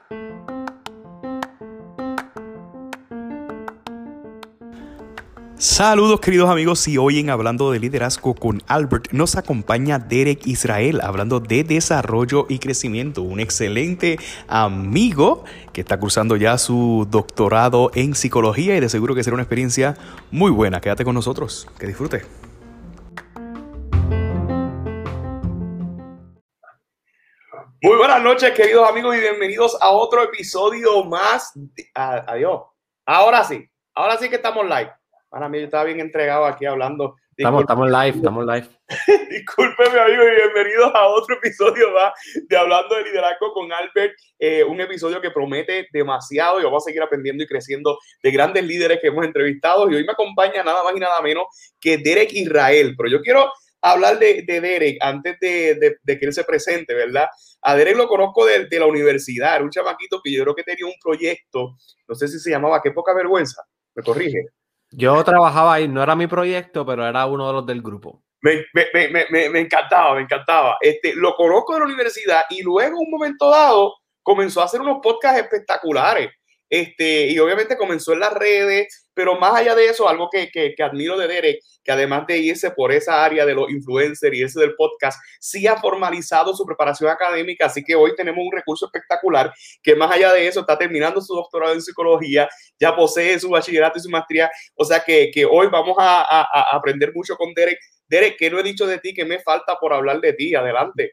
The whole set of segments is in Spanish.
Saludos queridos amigos, y hoy en Hablando de Liderazgo con Albert nos acompaña Derek Israel hablando de desarrollo y crecimiento, un excelente amigo que está cursando ya su doctorado en psicología y de seguro que será una experiencia muy buena. Quédate con nosotros, que disfrute. Muy buenas noches queridos amigos y bienvenidos a otro episodio más. Adiós. Ahora sí que estamos live. Para mí, yo estaba bien entregado aquí hablando. Estamos live. Discúlpeme, amigo, y bienvenidos a otro episodio más de Hablando de Liderazgo con Albert. Un episodio que promete demasiado y vamos a seguir aprendiendo y creciendo de grandes líderes que hemos entrevistado. Y hoy me acompaña nada más y nada menos que Derek Israel. Pero yo quiero hablar de Derek antes de que él se presente, ¿verdad? A Derek lo conozco de la universidad. Era un chamaquito que yo creo que tenía un proyecto, no sé si se llamaba Qué poca vergüenza. ¿Me corrige? Yo trabajaba ahí, no era mi proyecto, pero era uno de los del grupo. Me encantaba. Lo conozco de la universidad y luego, en un momento dado, comenzó a hacer unos podcasts espectaculares. Y obviamente comenzó en las redes, pero más allá de eso, algo que admiro de Derek, que además de irse por esa área de los influencers y ese del podcast, sí ha formalizado su preparación académica, así que hoy tenemos un recurso espectacular, que más allá de eso está terminando su doctorado en psicología, ya posee su bachillerato y su maestría, o sea que hoy vamos a aprender mucho con Derek. Derek, ¿qué no he dicho de ti? ¿Qué me falta por hablar de ti? Adelante.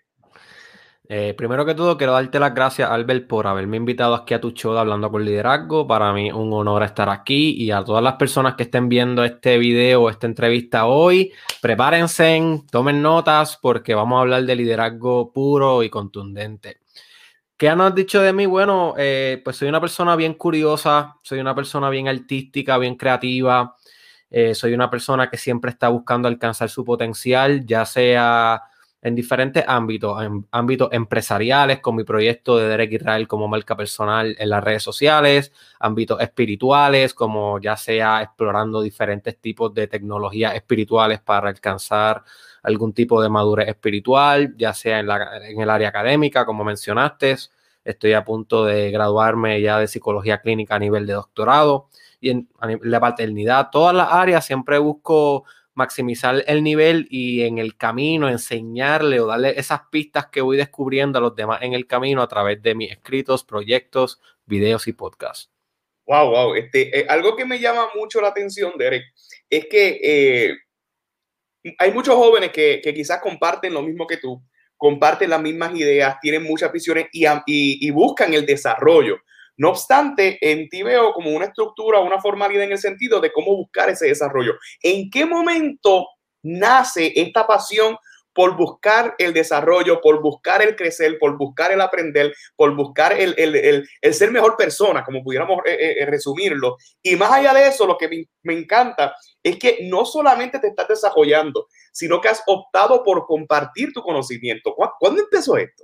Primero que todo, quiero darte las gracias, Albert, por haberme invitado aquí a tu show de Hablando con Liderazgo. Para mí es un honor estar aquí, y a todas las personas que estén viendo este video o esta entrevista hoy, prepárense, tomen notas, porque vamos a hablar de liderazgo puro y contundente. ¿Qué han dicho de mí? Bueno, pues soy una persona bien curiosa, soy una persona bien artística, bien creativa. Soy una persona que siempre está buscando alcanzar su potencial, ya sea en diferentes ámbitos, en ámbitos empresariales, con mi proyecto de Derek Israel como marca personal en las redes sociales, ámbitos espirituales, como ya sea explorando diferentes tipos de tecnologías espirituales para alcanzar algún tipo de madurez espiritual, ya sea en el área académica, como mencionaste. Estoy a punto de graduarme ya de psicología clínica a nivel de doctorado. Y en la paternidad, todas las áreas, siempre busco maximizar el nivel y en el camino enseñarle o darle esas pistas que voy descubriendo a los demás en el camino a través de mis escritos, proyectos, videos y podcasts. Wow. Algo que me llama mucho la atención, Derek, es que hay muchos jóvenes que quizás comparten lo mismo que tú, comparten las mismas ideas, tienen muchas visiones y buscan el desarrollo. No obstante, en ti veo como una estructura, una formalidad en el sentido de cómo buscar ese desarrollo. ¿En qué momento nace esta pasión por buscar el desarrollo, por buscar el crecer, por buscar el aprender, por buscar el ser mejor persona, como pudiéramos resumirlo? Y más allá de eso, lo que me encanta es que no solamente te estás desarrollando, sino que has optado por compartir tu conocimiento. ¿Cuándo empezó esto?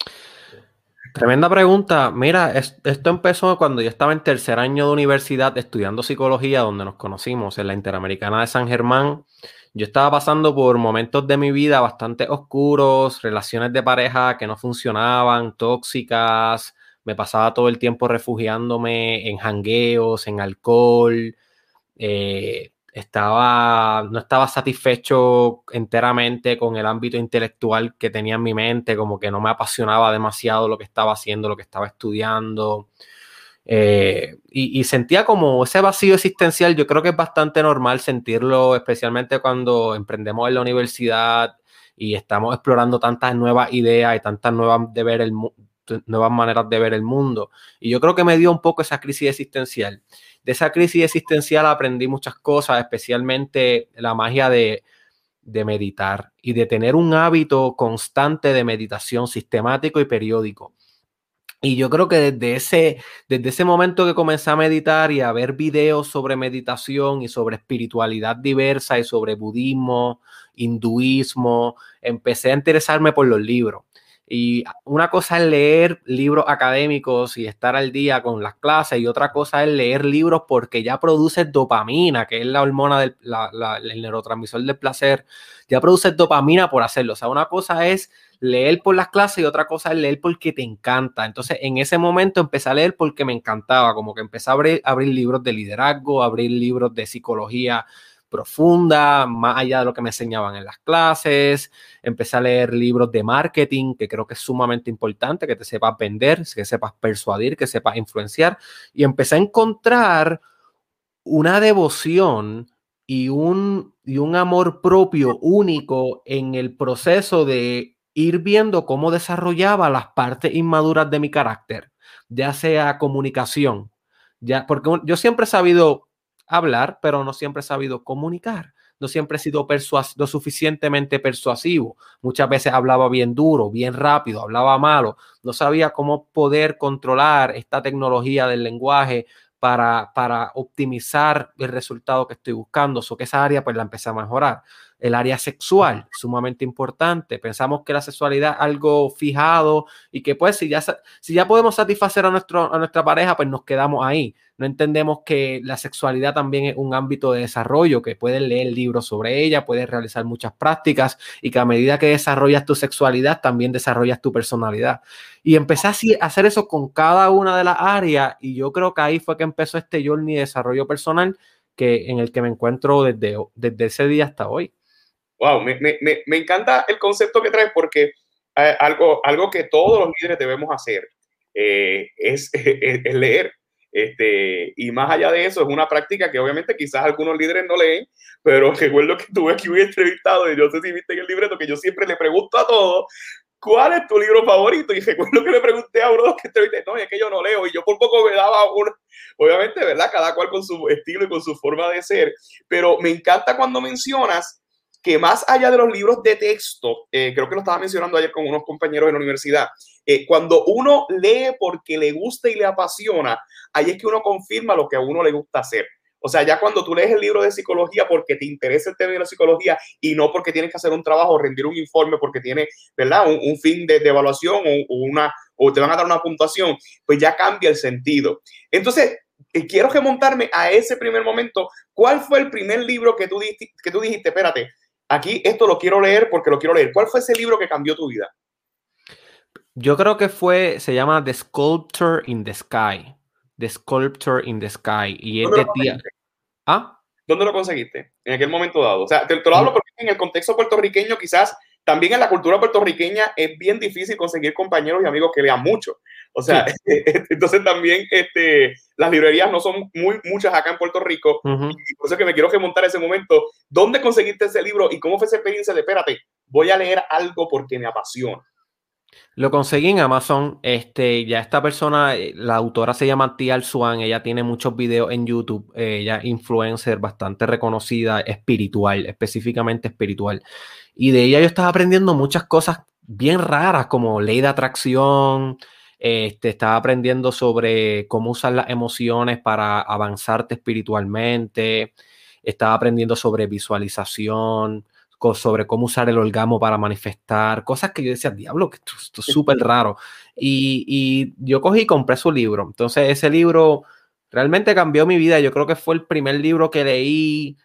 Tremenda pregunta. Mira, esto empezó cuando yo estaba en tercer año de universidad estudiando psicología, donde nos conocimos en la Interamericana de San Germán. Yo estaba pasando por momentos de mi vida bastante oscuros, relaciones de pareja que no funcionaban, tóxicas. Me pasaba todo el tiempo refugiándome en jangueos, en alcohol. No estaba satisfecho enteramente con el ámbito intelectual que tenía en mi mente, como que no me apasionaba demasiado lo que estaba haciendo, lo que estaba estudiando. Y sentía como ese vacío existencial. Yo creo que es bastante normal sentirlo, especialmente cuando emprendemos en la universidad y estamos explorando tantas nuevas ideas y tantas nuevas maneras de ver el mundo. Y yo creo que me dio un poco esa crisis existencial. De esa crisis existencial aprendí muchas cosas, especialmente la magia de meditar y de tener un hábito constante de meditación sistemático y periódico. Y yo creo que desde ese momento que comencé a meditar y a ver videos sobre meditación y sobre espiritualidad diversa y sobre budismo, hinduismo, empecé a interesarme por los libros. Y una cosa es leer libros académicos y estar al día con las clases, y otra cosa es leer libros porque ya produces dopamina, que es la hormona el neurotransmisor del placer. Ya produces dopamina por hacerlo. O sea, una cosa es leer por las clases y otra cosa es leer porque te encanta. Entonces, en ese momento empecé a leer porque me encantaba, como que empecé a abrir libros de liderazgo, abrir libros de psicología profunda, más allá de lo que me enseñaban en las clases. Empecé a leer libros de marketing, que creo que es sumamente importante, que te sepas vender, que sepas persuadir, que sepas influenciar. Y empecé a encontrar una devoción y un amor propio único en el proceso de ir viendo cómo desarrollaba las partes inmaduras de mi carácter, ya sea comunicación, porque yo siempre he sabido hablar, pero no siempre he sabido comunicar. No siempre he sido lo suficientemente persuasivo. Muchas veces hablaba bien duro, bien rápido, hablaba malo. No sabía cómo poder controlar esta tecnología del lenguaje para optimizar el resultado que estoy buscando. Que esa área pues la empecé a mejorar. El área sexual, sumamente importante. Pensamos que la sexualidad es algo fijado y que pues si ya podemos satisfacer a nuestra pareja, pues nos quedamos ahí. No entendemos que la sexualidad también es un ámbito de desarrollo, que puedes leer libros sobre ella, puedes realizar muchas prácticas y que a medida que desarrollas tu sexualidad, también desarrollas tu personalidad. Y empecé así a hacer eso con cada una de las áreas, y yo creo que ahí fue que empezó este journey de desarrollo personal en el que me encuentro desde ese día hasta hoy. Wow, me encanta el concepto que traes porque algo que todos los líderes debemos hacer es leer. Y más allá de eso, es una práctica que obviamente quizás algunos líderes no leen, pero recuerdo que tuve aquí un entrevistado, y yo no sé si viste en el libreto, que yo siempre le pregunto a todos, ¿cuál es tu libro favorito? Y recuerdo que le pregunté a uno que entrevisté, no, es que yo no leo, y yo por poco me daba uno, obviamente, ¿verdad? Cada cual con su estilo y con su forma de ser, pero me encanta cuando mencionas que más allá de los libros de texto, creo que lo estaba mencionando ayer con unos compañeros en la universidad, cuando uno lee porque le gusta y le apasiona, ahí es que uno confirma lo que a uno le gusta hacer. O sea, ya cuando tú lees el libro de psicología porque te interesa el tema de la psicología y no porque tienes que hacer un trabajo o rendir un informe porque tiene, ¿verdad? Un fin de evaluación o te van a dar una puntuación, pues ya cambia el sentido. Entonces, quiero remontarme a ese primer momento. ¿Cuál fue el primer libro que tú dijiste, espérate, aquí esto lo quiero leer porque lo quiero leer? ¿Cuál fue ese libro que cambió tu vida? Yo creo que se llama The Sculptor in the Sky. The Sculptor in the Sky. Y es ¿Dónde lo de tía. conseguiste? ¿Ah? ¿Dónde lo conseguiste? En aquel momento dado. O sea, te lo hablo porque en el contexto puertorriqueño, quizás también en la cultura puertorriqueña es bien difícil conseguir compañeros y amigos que lean mucho. O sea, Sí. entonces también las librerías no son muchas acá en Puerto Rico. Uh-huh. Y por eso que me quiero remontar a ese momento. ¿Dónde conseguiste ese libro y cómo fue esa experiencia de, espérate, voy a leer algo porque me apasiona? Lo conseguí en Amazon. Ya esta persona, la autora se llama Tia Swan. Ella tiene muchos videos en YouTube. Ella es influencer bastante reconocida, espiritual, específicamente espiritual. Y de ella yo estaba aprendiendo muchas cosas bien raras, como ley de atracción. Estaba aprendiendo sobre cómo usar las emociones para avanzarte espiritualmente. Estaba aprendiendo sobre visualización, sobre cómo usar el orgasmo para manifestar, cosas que yo decía, diablo, que esto es súper raro. Y yo cogí y compré su libro. Entonces ese libro realmente cambió mi vida. Yo creo que fue el primer libro que leí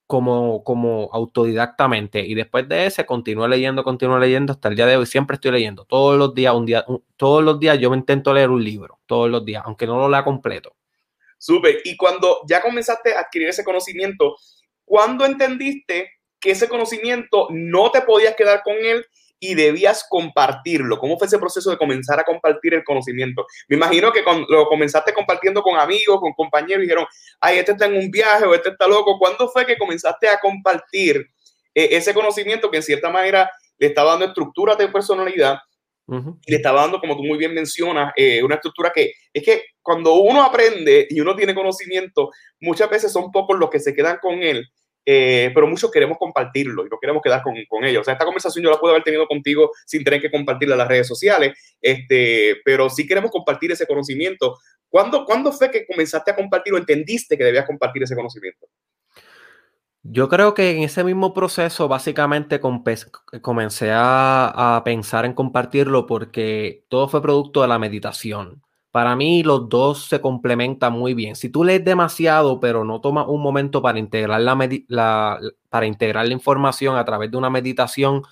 como autodidactamente. Y después de ese continué leyendo hasta el día de hoy. Siempre estoy leyendo. Todos los días, todos los días yo me intento leer un libro, todos los días, aunque no lo lea completo. Súper. Y cuando ya comenzaste a adquirir ese conocimiento, ¿cuándo entendiste que ese conocimiento no te podías quedar con él y debías compartirlo? ¿Cómo fue ese proceso de comenzar a compartir el conocimiento? Me imagino que lo comenzaste compartiendo con amigos, con compañeros, y dijeron, ay, este está en un viaje o este está loco. ¿Cuándo fue que comenzaste a compartir ese conocimiento que en cierta manera le estaba dando estructura a tu personalidad? Uh-huh. Y le estaba dando, como tú muy bien mencionas, una estructura que es que cuando uno aprende y uno tiene conocimiento, muchas veces son pocos los que se quedan con él, pero muchos queremos compartirlo y no queremos quedar con ellos. O sea, esta conversación yo la puedo haber tenido contigo sin tener que compartirla en las redes sociales, pero sí queremos compartir ese conocimiento. ¿Cuándo fue que comenzaste a compartir o entendiste que debías compartir ese conocimiento? Yo creo que en ese mismo proceso básicamente comencé a pensar en compartirlo porque todo fue producto de la meditación. Para mí los dos se complementan muy bien. Si tú lees demasiado pero no tomas un momento para integrar para integrar la información a través de una meditación,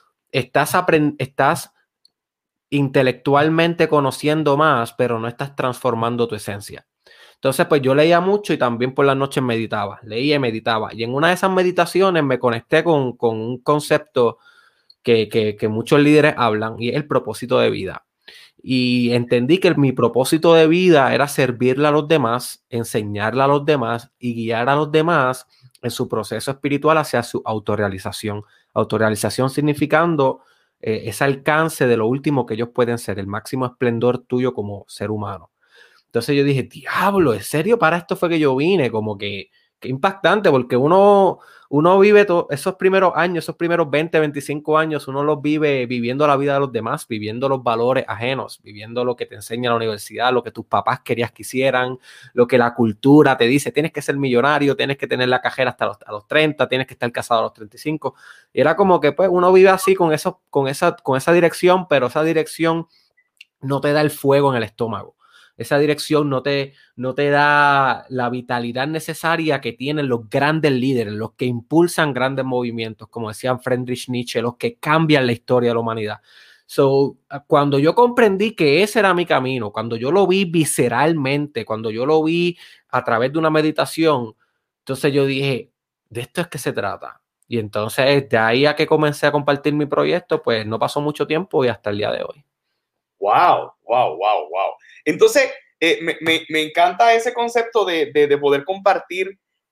estás intelectualmente conociendo más, pero no estás transformando tu esencia. Entonces, pues yo leía mucho y también por las noches meditaba, leía y meditaba. Y en una de esas meditaciones me conecté con un concepto que muchos líderes hablan y es el propósito de vida. Y entendí que mi propósito de vida era servirle a los demás, enseñarle a los demás y guiar a los demás en su proceso espiritual hacia su autorrealización. Autorrealización significando ese alcance de lo último que ellos pueden ser, el máximo esplendor tuyo como ser humano. Entonces yo dije, diablo, ¿en serio? Para esto fue que yo vine, como que impactante, porque uno vive esos primeros años, esos primeros 20, 25 años, uno los vive viviendo la vida de los demás, viviendo los valores ajenos, viviendo lo que te enseña la universidad, lo que tus papás querías que hicieran, lo que la cultura te dice, tienes que ser millonario, tienes que tener la cajera hasta a los 30, tienes que estar casado a los 35. Y era como que pues uno vive así con esa dirección, pero esa dirección no te da el fuego en el estómago. Esa dirección no te da la vitalidad necesaria que tienen los grandes líderes, los que impulsan grandes movimientos, como decía Friedrich Nietzsche, los que cambian la historia de la humanidad. So, cuando yo comprendí que ese era mi camino, cuando yo lo vi visceralmente, cuando yo lo vi a través de una meditación, entonces yo dije, de esto es que se trata. Y entonces, de ahí a que comencé a compartir mi proyecto, pues no pasó mucho tiempo y hasta el día de hoy. Wow, wow, wow, wow. Entonces, me encanta ese concepto de poder compartir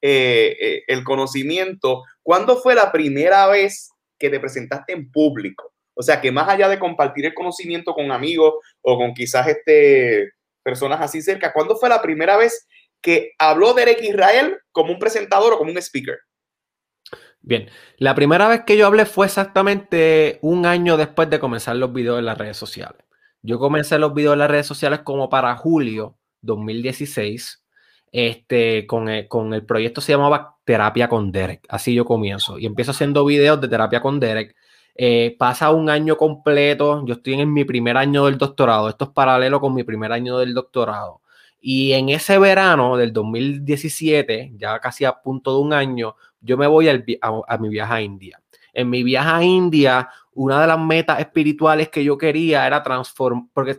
el conocimiento. ¿Cuándo fue la primera vez que te presentaste en público? O sea, que más allá de compartir el conocimiento con amigos o con quizás personas así cerca, ¿cuándo fue la primera vez que habló Derek Israel como un presentador o como un speaker? Bien, la primera vez que yo hablé fue exactamente un año después de comenzar los videos en las redes sociales. Yo comencé los videos en las redes sociales como para julio 2016. Con el proyecto se llamaba Terapia con Derek. Así yo comienzo. Y empiezo haciendo videos de terapia con Derek. Pasa un año completo. Yo estoy en mi primer año del doctorado. Esto es paralelo con mi primer año del doctorado. Y en ese verano del 2017, ya casi a punto de un año, yo me voy a mi viaje a India. En mi viaje a India, una de las metas espirituales que yo quería era transformar, porque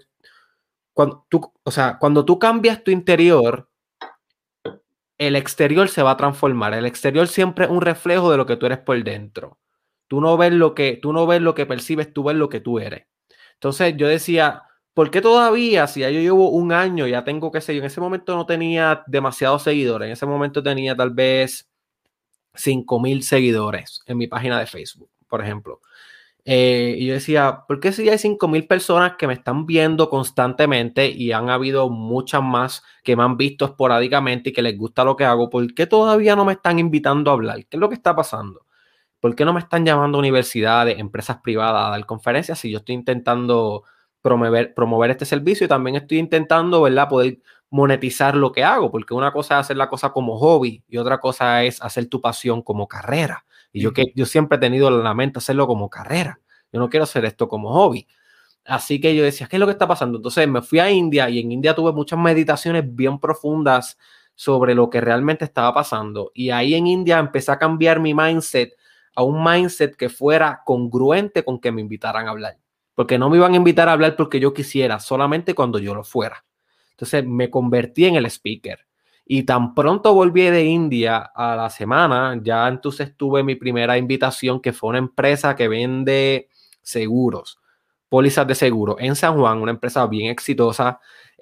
cuando tú cambias tu interior, el exterior se va a transformar. El exterior siempre es un reflejo de lo que tú eres por dentro. Tú no ves lo que percibes, tú ves lo que tú eres. Entonces yo decía, ¿por qué todavía, si ya yo llevo un año, ya tengo, qué sé yo, en ese momento no tenía demasiados seguidores, en ese momento tenía tal vez 5,000 seguidores en mi página de Facebook, por ejemplo. Y yo decía, ¿por qué si hay 5,000 personas que me están viendo constantemente y han habido muchas más que me han visto esporádicamente y que les gusta lo que hago? ¿Por qué todavía no me están invitando a hablar? ¿Qué es lo que está pasando? ¿Por qué no me están llamando a universidades, empresas privadas a dar conferencias si yo estoy intentando promover este servicio y también estoy intentando, ¿verdad?, poder monetizar lo que hago? Porque una cosa es hacer la cosa como hobby y otra cosa es hacer tu pasión como carrera. Y yo siempre he tenido en la mente hacerlo como carrera. Yo no quiero hacer esto como hobby. Así que yo decía, ¿qué es lo que está pasando? Entonces me fui a India y en India tuve muchas meditaciones bien profundas sobre lo que realmente estaba pasando. Y ahí en India empecé a cambiar mi mindset a un mindset que fuera congruente con que me invitaran a hablar. Porque no me iban a invitar a hablar porque yo quisiera, solamente cuando yo lo fuera. Entonces me convertí en el speaker. Y tan pronto volví de India a la semana, ya entonces tuve mi primera invitación, que fue una empresa que vende seguros, pólizas de seguro en San Juan, una empresa bien exitosa.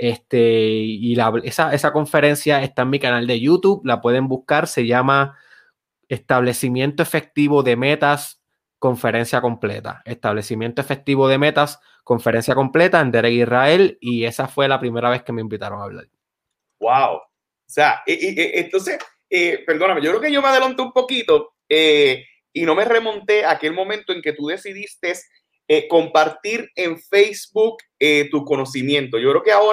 Esa conferencia está en mi canal de YouTube, la pueden buscar, se llama Establecimiento efectivo de metas, conferencia completa. Establecimiento efectivo de metas, conferencia completa en Derek Israel, y esa fue la primera vez que me invitaron a hablar. Wow. O sea, entonces, perdóname, yo creo que yo me adelanté un poquito y no me remonté a aquel momento en que tú decidiste compartir en Facebook tu conocimiento. Yo creo que ahora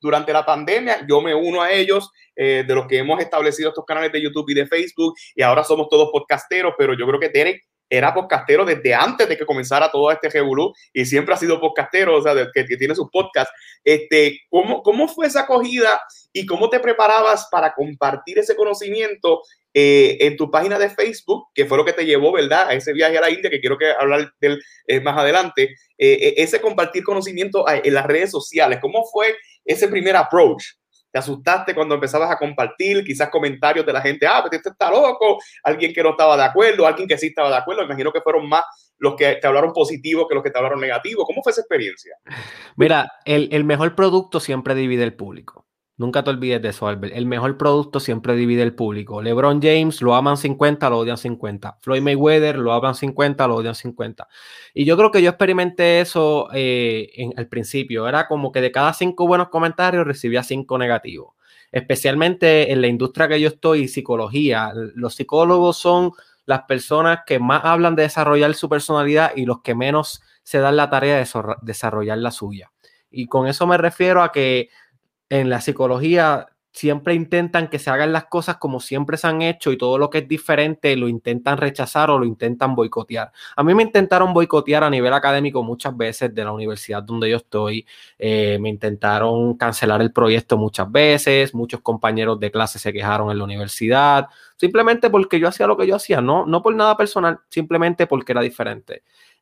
durante la pandemia. Yo me uno a ellos, de los que hemos establecido estos canales de YouTube y de Facebook, y ahora somos todos podcasteros, pero yo creo que Derek era podcastero desde antes de que comenzara todo este revolú y siempre ha sido podcastero, o sea, que tiene sus podcasts. ¿Cómo fue esa acogida y cómo te preparabas para compartir ese conocimiento en tu página de Facebook, que fue lo que te llevó, ¿verdad?, a ese viaje a la India, que quiero hablar de él más adelante, ese compartir conocimiento en las redes sociales? ¿Cómo fue ese primer approach? ¿Te asustaste cuando empezabas a compartir quizás comentarios de la gente? Ah, pero este está loco, alguien que no estaba de acuerdo, alguien que sí estaba de acuerdo. Me imagino que fueron más los que te hablaron positivo que los que te hablaron negativo. ¿Cómo fue esa experiencia? Mira, el mejor producto siempre divide el público. Nunca te olvides de eso, Albert. El mejor producto siempre divide el público. LeBron James lo aman 50, lo odian 50. Floyd Mayweather lo aman 50, lo odian 50. Y yo creo que yo experimenté eso al principio. Era como que de cada 5 buenos comentarios recibía 5 negativos. Especialmente en la industria que yo estoy, psicología. Los psicólogos son las personas que más hablan de desarrollar su personalidad y los que menos se dan la tarea de desarrollar la suya. Y con eso me refiero a que en la psicología siempre intentan que se hagan las cosas como siempre se han hecho y todo lo que es diferente lo intentan rechazar o lo intentan boicotear. A mí me intentaron boicotear a nivel académico muchas veces de la universidad donde yo estoy. Me intentaron cancelar el proyecto muchas veces. Muchos compañeros de clase se quejaron en la universidad simplemente porque yo hacía lo que yo hacía, no por nada personal, simplemente porque era diferente.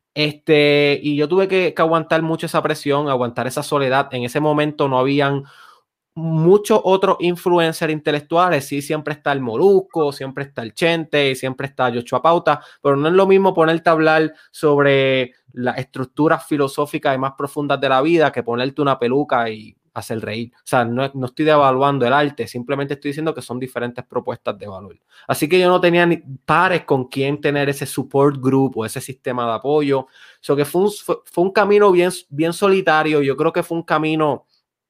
Y yo tuve que aguantar mucho esa presión, aguantar esa soledad. En ese momento no habían muchos otros influencers intelectuales. Sí, siempre está el Molusco, siempre está el Chente, siempre está Yochoa Pauta, pero no es lo mismo ponerte a hablar sobre las estructuras filosóficas y más profundas de la vida que ponerte una peluca y hacer reír. O sea, no estoy devaluando el arte, simplemente estoy diciendo que son diferentes propuestas de valor. Así que yo no tenía ni pares con quien tener ese support group o ese sistema de apoyo. So que fue un camino bien solitario. Yo creo que fue un camino,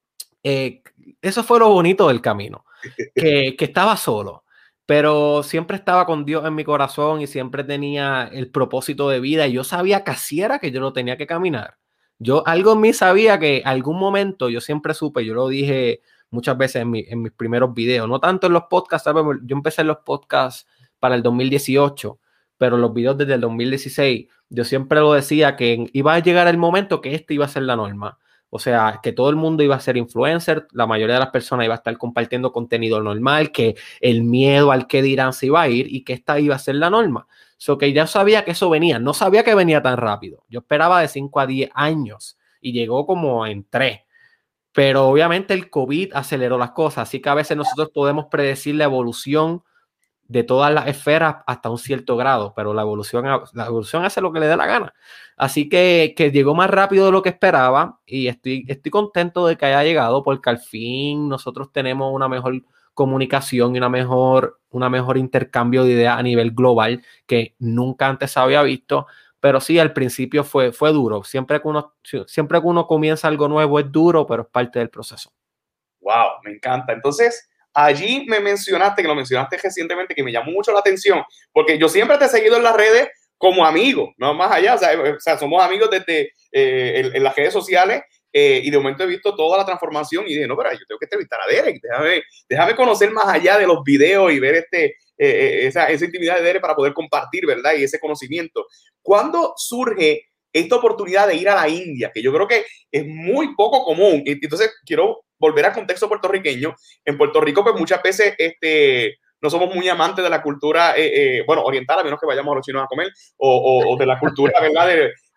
eso fue lo bonito del camino, que estaba solo, pero siempre estaba con Dios en mi corazón y siempre tenía el propósito de vida y yo sabía casi era que yo lo tenía que caminar. Algo en mí sabía que algún momento, yo siempre supe, yo lo dije muchas veces en mis primeros videos, no tanto en los podcasts, ¿sabes? Yo empecé en los podcasts para el 2018, pero los videos desde el 2016, yo siempre lo decía que iba a llegar el momento que este iba a ser la norma. O sea, que todo el mundo iba a ser influencer, la mayoría de las personas iba a estar compartiendo contenido normal, que el miedo al que dirán se iba a ir y que esta iba a ser la norma. So que ya sabía que eso venía, no sabía que venía tan rápido. Yo esperaba de 5 a 10 años y llegó como en 3. Pero obviamente el COVID aceleró las cosas, así que a veces nosotros podemos predecir la evolución de todas las esferas hasta un cierto grado, pero la evolución hace lo que le dé la gana. Así que llegó más rápido de lo que esperaba y estoy contento de que haya llegado porque al fin nosotros tenemos una mejor comunicación y una mejor intercambio de ideas a nivel global que nunca antes había visto. Pero sí, al principio fue duro. Siempre que uno comienza algo nuevo es duro, pero es parte del proceso. Wow, me encanta. Entonces, allí me mencionaste, que lo mencionaste recientemente, que me llamó mucho la atención, porque yo siempre te he seguido en las redes como amigo, no más allá, o sea somos amigos desde en las redes sociales, y de momento he visto toda la transformación y dije, no, pero yo tengo que entrevistar a Derek, déjame conocer más allá de los videos y ver esa intimidad de Derek para poder compartir, ¿verdad? Y ese conocimiento. ¿Cuándo surge esta oportunidad de ir a la India? Que yo creo que es muy poco común. Entonces, quiero volver al contexto puertorriqueño. En Puerto Rico, pues muchas veces no somos muy amantes de la cultura, bueno, oriental, a menos que vayamos a los chinos a comer, o de la cultura, ¿verdad?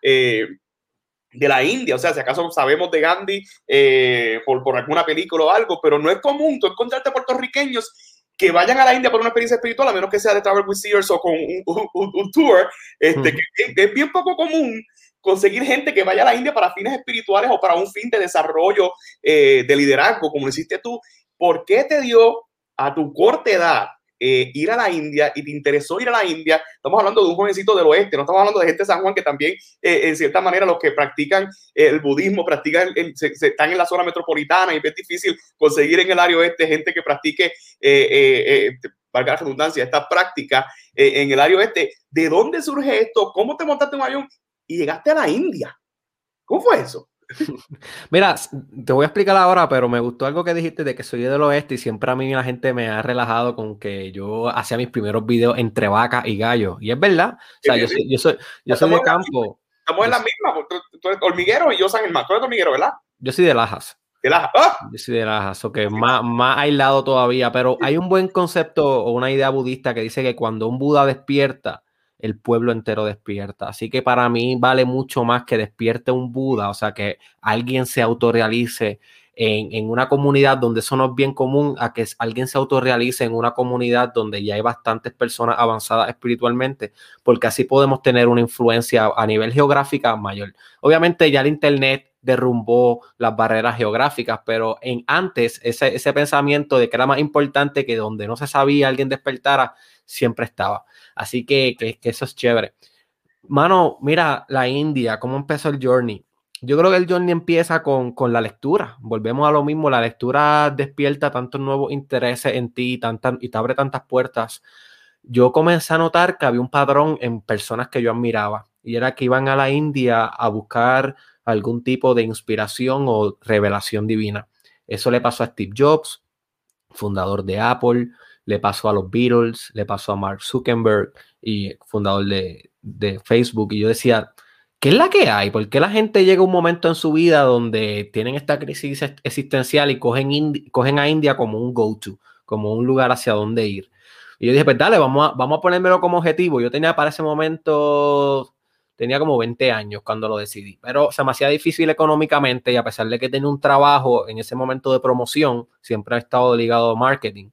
De la India. O sea, si acaso sabemos de Gandhi por alguna película o algo, pero no es común tú encontrarte puertorriqueños que vayan a la India por una experiencia espiritual, a menos que sea de Travel with Sears o con un tour, que es bien poco común conseguir gente que vaya a la India para fines espirituales o para un fin de desarrollo de liderazgo, como lo hiciste tú. ¿Por qué te dio a tu corta edad ir a la India y te interesó ir a la India? Estamos hablando de un jovencito del oeste, no estamos hablando de gente de San Juan que también, en cierta manera, los que practican el budismo, están en la zona metropolitana y es difícil conseguir en el área oeste gente que practique, valga la redundancia, esta práctica en el área oeste. ¿De dónde surge esto? ¿Cómo te montaste en un avión y llegaste a la India? ¿Cómo fue eso? Mira, te voy a explicar ahora, pero me gustó algo que dijiste de que soy del oeste y siempre a mí la gente me ha relajado con que yo hacía mis primeros videos entre vacas y gallos. Y es verdad, o sea, yo soy Estamos de en la misma, campo, estamos en yo, la misma. Tú eres hormiguero y yo San Germán. Tú eres hormiguero, ¿verdad? yo soy de Lajas. De la, ¡ah! Yo soy de Lajas, o que más aislado todavía, pero hay un buen concepto o una idea budista que dice que cuando un Buda despierta, el pueblo entero despierta. Así que para mí vale mucho más que despierte un Buda, o sea, que alguien se autorrealice en una comunidad donde eso no es bien común, a que alguien se autorrealice en una comunidad donde ya hay bastantes personas avanzadas espiritualmente, porque así podemos tener una influencia a nivel geográfica mayor. Obviamente ya el internet derrumbó las barreras geográficas, pero antes ese pensamiento de que era más importante que donde no se sabía alguien despertara, siempre estaba. Así que eso es chévere. Mano, mira, la India, ¿cómo empezó el journey? Yo creo que el journey empieza con la lectura. Volvemos a lo mismo, la lectura despierta tantos nuevos intereses en ti y te abre tantas puertas. Yo comencé a notar que había un padrón en personas que yo admiraba y era que iban a la India a buscar algún tipo de inspiración o revelación divina. Eso le pasó a Steve Jobs, fundador de Apple, le pasó a los Beatles, le pasó a Mark Zuckerberg y fundador de Facebook. Y yo decía, ¿qué es la que hay? ¿Por qué la gente llega a un momento en su vida donde tienen esta crisis existencial y cogen a India como un go-to, como un lugar hacia donde ir? Y yo dije, pues dale, vamos a ponérmelo como objetivo. Yo tenía para ese momento, tenía como 20 años cuando lo decidí, pero se me hacía difícil económicamente y a pesar de que tenía un trabajo en ese momento de promoción, siempre he estado ligado a marketing,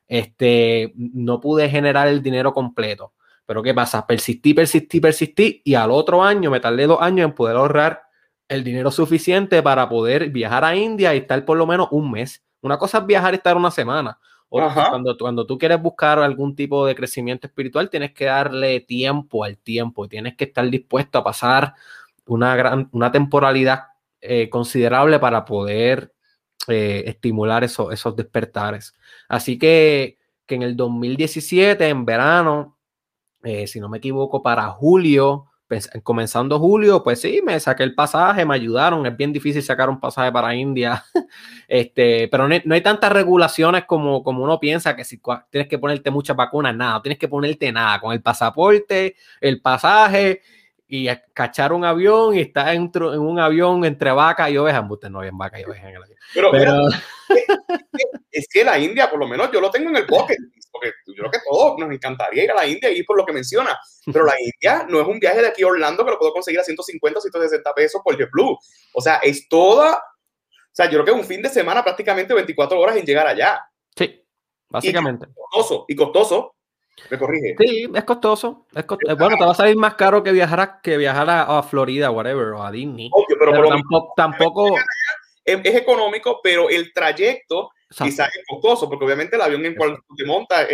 no pude generar el dinero completo. Pero ¿qué pasa? Persistí y al otro año me tardé 2 años en poder ahorrar el dinero suficiente para poder viajar a India y estar por lo menos un mes. Una cosa es viajar y estar una semana. Ajá. Cuando tú quieres buscar algún tipo de crecimiento espiritual, tienes que darle tiempo al tiempo, tienes que estar dispuesto a pasar una temporalidad considerable para poder estimular esos despertares. Así que en el 2017, en verano, si no me equivoco, para julio, comenzando julio, pues sí, me saqué el pasaje, me ayudaron. Es bien difícil sacar un pasaje para India, pero no hay tantas regulaciones como uno piensa que si tienes que ponerte muchas vacunas, nada, no tienes que ponerte nada, con el pasaporte, el pasaje y cachar un avión y estar en un avión entre vaca y ovejas. Usted no había vaca y ovejas en el avión. Pero mira, Pero es que la India, por lo menos yo lo tengo en el bucket, porque yo creo que todos nos encantaría ir a la India y por lo que menciona, pero la India no es un viaje de aquí a Orlando que lo puedo conseguir a 150, 160 pesos por JetBlue. O sea, es toda, o sea, yo creo que es un fin de semana prácticamente 24 horas en llegar allá. sí, básicamente. Y costoso, me corrige. Sí, es costoso. Bueno, te va a salir más caro que viajar a Florida, whatever, o a Disney. Obvio, pero por Pero lo menos tampoco. es económico, pero el trayecto Exacto. quizás es costoso, porque obviamente el avión en cual te montas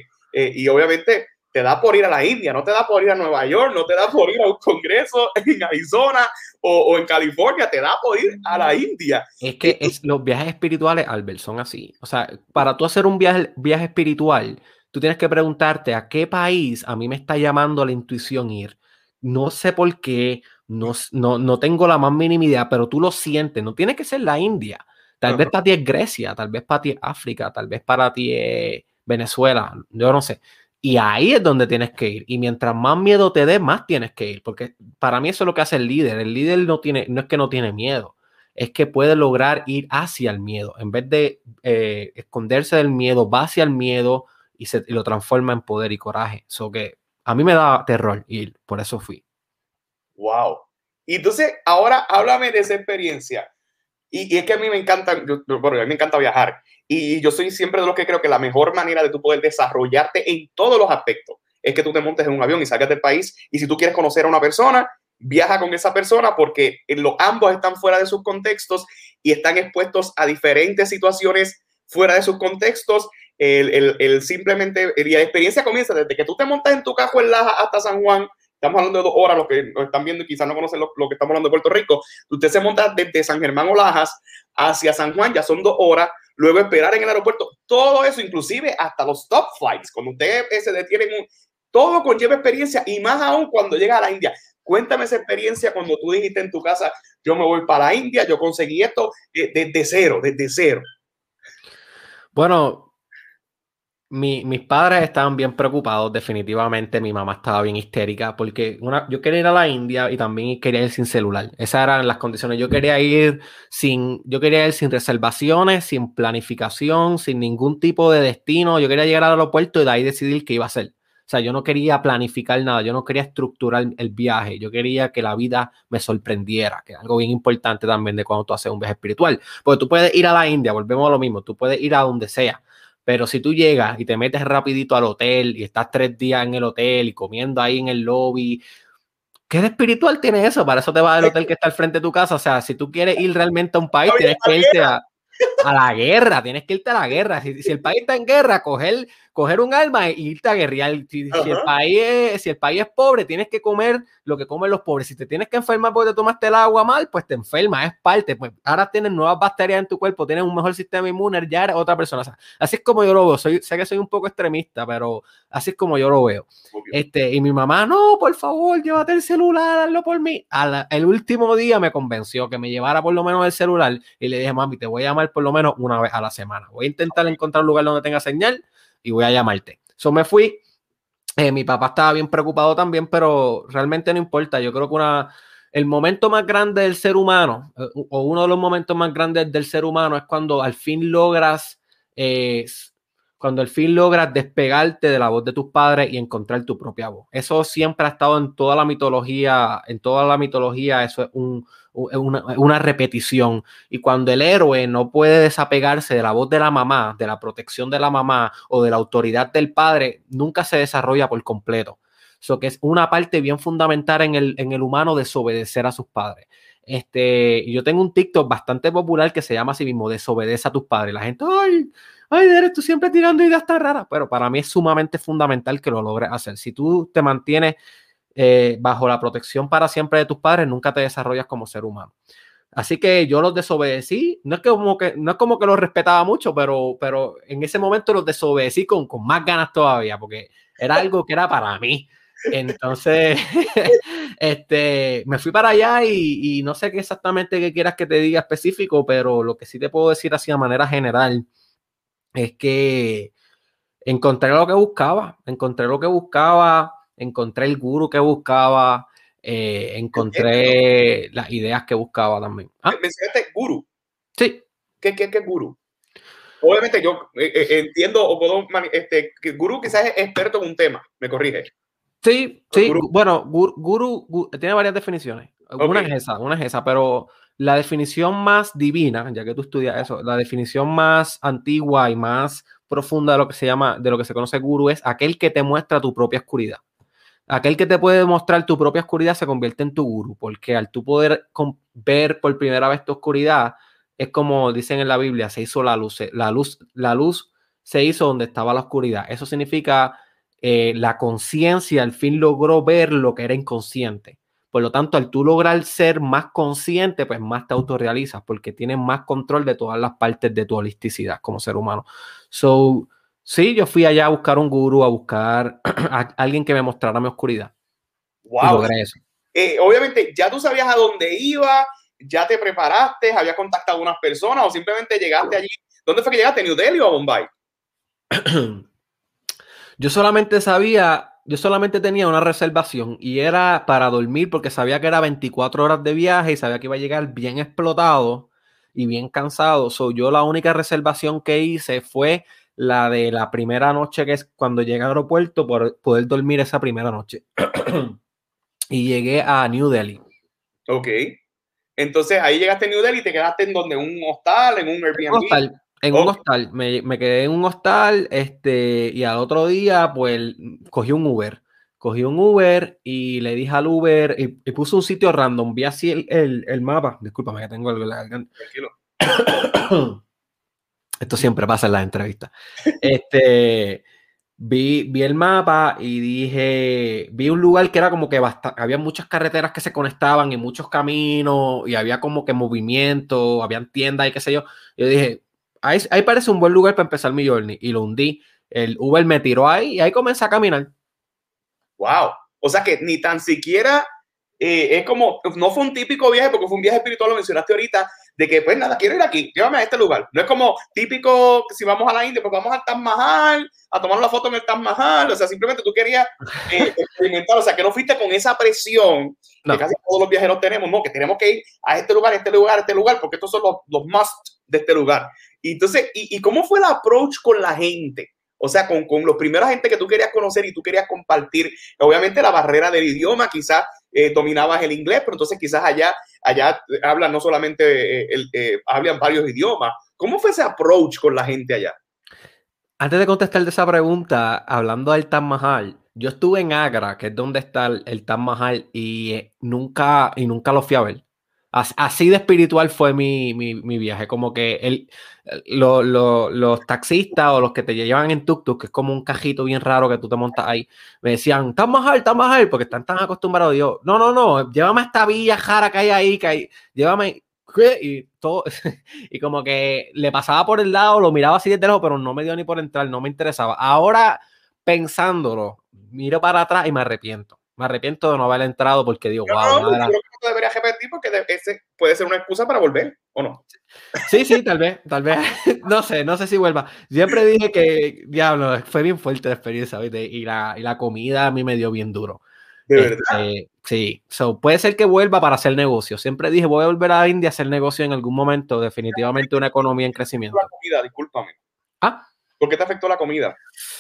y obviamente te da por ir a la India, no te da por ir a Nueva York, no te da por ir a un congreso en Arizona o en California, te da por ir a la India. Es que los viajes espirituales, Albert, son así. O sea, para tú hacer un viaje espiritual, tú tienes que preguntarte a qué país a mí me está llamando la intuición ir. No sé por qué, no tengo la más mínima idea, pero tú lo sientes. No tiene que ser la India. Tal vez para ti es Grecia, tal vez para ti es África, tal vez para ti es Venezuela, yo no sé. Y ahí es donde tienes que ir. Y mientras más miedo te dé, más tienes que ir. Porque para mí eso es lo que hace el líder. El líder no es que no tiene miedo, es que puede lograr ir hacia el miedo. En vez de esconderse del miedo, va hacia el miedo y lo transforma en poder y coraje. Eso que a mí me da terror ir, por eso fui. Wow. Y entonces, ahora háblame de esa experiencia. Y es que a mí me encanta, bueno, a mí me encanta viajar. Y yo soy siempre de los que creo que la mejor manera de tú poder desarrollarte en todos los aspectos es que tú te montes en un avión y salgas del país. Y si tú quieres conocer a una persona, viaja con esa persona porque ambos están fuera de sus contextos y están expuestos a diferentes situaciones fuera de sus contextos. Simplemente, y la experiencia comienza desde que tú te montas en tu carro en Laja hasta San Juan. Estamos hablando de 2 horas, los que nos están viendo y quizás no conocen lo que estamos hablando de Puerto Rico. Usted se monta desde San Germán o Lajas hacia San Juan, ya son 2 horas. Luego esperar en el aeropuerto. Todo eso, inclusive hasta los stop flights. Cuando usted se detiene todo conlleva experiencia y más aún cuando llega a la India. Cuéntame esa experiencia cuando tú dijiste en tu casa, yo me voy para la India, yo conseguí esto desde cero, desde cero. Bueno, mis padres estaban bien preocupados, definitivamente. Mi mamá estaba bien histérica porque yo quería ir a la India y también quería ir sin celular. Esas eran las condiciones. Yo quería ir sin reservaciones, sin planificación, sin ningún tipo de destino. Yo quería llegar al aeropuerto y de ahí decidir qué iba a hacer. O sea, yo no quería planificar nada, yo no quería estructurar el viaje, yo quería que la vida me sorprendiera, que es algo bien importante también de cuando tú haces un viaje espiritual. Porque tú puedes ir a la India, volvemos a lo mismo, tú puedes ir a donde sea. Pero si tú llegas y te metes rapidito al hotel y estás 3 días en el hotel y comiendo ahí en el lobby, ¿qué de espiritual tiene eso? Para eso te vas al hotel que está al frente de tu casa. O sea, si tú quieres ir realmente a un país, tienes que irte a la guerra, tienes que irte a la guerra. Si el país está en guerra, coger un arma y irte a guerrear. Si el país es pobre, tienes que comer lo que comen los pobres. Si te tienes que enfermar porque te tomaste el agua mal, pues te enfermas, es parte. Pues ahora tienes nuevas bacterias en tu cuerpo, tienes un mejor sistema inmune, ya eres otra persona. O sea, así es como yo lo veo. Sé que soy un poco extremista, pero así es como yo lo veo. Y mi mamá, no, por favor, llévate el celular, hazlo por mí. El último día me convenció que me llevara por lo menos el celular y le dije, mami, te voy a llamar por lo menos una vez a la semana. Voy a intentar encontrar un lugar donde tenga señal y voy a llamarte. Eso me fui. Mi papá estaba bien preocupado también, pero realmente no importa. Yo creo que el momento más grande del ser humano, o uno de los momentos más grandes del ser humano, es cuando al fin logras despegarte de la voz de tus padres y encontrar tu propia voz. Eso siempre ha estado en toda la mitología. En toda la mitología eso es una repetición. Y cuando el héroe no puede desapegarse de la voz de la mamá, de la protección de la mamá o de la autoridad del padre, nunca se desarrolla por completo. Eso que es una parte bien fundamental en el humano, desobedecer a sus padres. Yo tengo un TikTok bastante popular que se llama así mismo, desobedece a tus padres. La gente, ay, Derek, tú siempre tirando ideas tan raras, pero para mí es sumamente fundamental que lo logres hacer. Si tú te mantienes bajo la protección para siempre de tus padres, nunca te desarrollas como ser humano. Así que yo los desobedecí. No es como que los respetaba mucho, pero en ese momento los desobedecí con más ganas todavía, porque era algo que era para mí. Entonces, me fui para allá y no sé qué exactamente qué quieras que te diga específico, pero lo que sí te puedo decir así de manera general es que encontré el gurú que buscaba, encontré las ideas que buscaba también. Mencionaste gurú. Sí. ¿Qué es gurú? Obviamente yo entiendo o puedo, que gurú quizás es experto en un tema, me corrige. Sí. Bueno, gurú tiene varias definiciones. Una es esa, pero la definición más divina, ya que tú estudias eso, la definición más antigua y más profunda de lo que se conoce gurú es aquel que te muestra tu propia oscuridad. Aquel que te puede mostrar tu propia oscuridad se convierte en tu gurú, porque al tú poder ver por primera vez tu oscuridad, es como dicen en la Biblia, se hizo la luz se hizo donde estaba la oscuridad. Eso significa la conciencia al fin logró ver lo que era inconsciente. Por lo tanto, al tú lograr ser más consciente, pues más te autorrealizas, porque tienes más control de todas las partes de tu holisticidad como ser humano. Sí, yo fui allá a buscar un gurú, a buscar a alguien que me mostrara mi oscuridad. Wow. Y logré eso. Obviamente, ya tú sabías a dónde iba, ya te preparaste, habías contactado a unas personas o simplemente llegaste allí. ¿Dónde fue que llegaste? ¿New Delhi o a Bombay? Yo solamente tenía una reservación y era para dormir porque sabía que era 24 horas de viaje y sabía que iba a llegar bien explotado y bien cansado. Yo la única reservación que hice fue la de la primera noche, que es cuando llegué al aeropuerto, por poder dormir esa primera noche. Y llegué a New Delhi. Ok. Entonces ahí llegaste a New Delhi y te quedaste en donde, un hostal, en un Airbnb. Un hostal. Me quedé en un hostal, y al otro día, pues, cogí un Uber. Y le dije al Uber y puse un sitio random. Vi así el mapa. Discúlpame que tengo el garganta. Tranquilo. Esto siempre pasa en las entrevistas. Vi el mapa y vi un lugar que era como que había muchas carreteras que se conectaban y muchos caminos y había como que movimiento, habían tiendas y qué sé yo. Yo dije, ahí parece un buen lugar para empezar mi journey y lo hundí. El Uber me tiró ahí y ahí comencé a caminar. Wow. O sea que ni tan siquiera es como, no fue un típico viaje, porque fue un viaje espiritual, lo mencionaste ahorita, de que pues nada, quiero ir aquí, llévame a este lugar. No es como típico, si vamos a la India, pues vamos al Taj Mahal, a tomar una foto en el Taj Mahal, o sea, simplemente tú querías experimentar, o sea, que no fuiste con esa presión que casi todos los viajeros tenemos, no, que tenemos que ir a este lugar, a este lugar, a este lugar, porque estos son los must de este lugar. Y entonces, ¿y cómo fue el approach con la gente? O sea, con los primeros gente que tú querías conocer y tú querías compartir. Obviamente la barrera del idioma, quizás dominabas el inglés, pero entonces quizás allá hablan no solamente, hablan varios idiomas. ¿Cómo fue ese approach con la gente allá? Antes de contestar de esa pregunta, hablando del Taj Mahal, yo estuve en Agra, que es donde está el Taj Mahal, y nunca lo fui a ver. Así de espiritual fue mi viaje, como que los taxistas o los que te llevan en tuk-tuk, que es como un cajito bien raro que tú te montas ahí, me decían, Taj Mahal, porque están tan acostumbrados. Y yo, no, llévame a esta villa jara que hay ahí, llévame, y todo, y como que le pasaba por el lado, lo miraba así desde lejos, pero no me dio ni por entrar, no me interesaba. Ahora, pensándolo, miro para atrás y me arrepiento. Me arrepiento de no haber entrado porque digo, wow. Yo creo que no te deberías repetir porque ese puede ser una excusa para volver, ¿o no? Sí, tal vez. No sé si vuelva. Siempre dije que, diablo, fue bien fuerte la experiencia, ¿viste? Y la comida a mí me dio bien duro. De verdad. Sí, puede ser que vuelva para hacer negocio. Siempre dije, voy a volver a India a hacer negocio en algún momento. Definitivamente una economía en crecimiento. La comida, discúlpame. Ah. ¿Por qué te afectó la comida?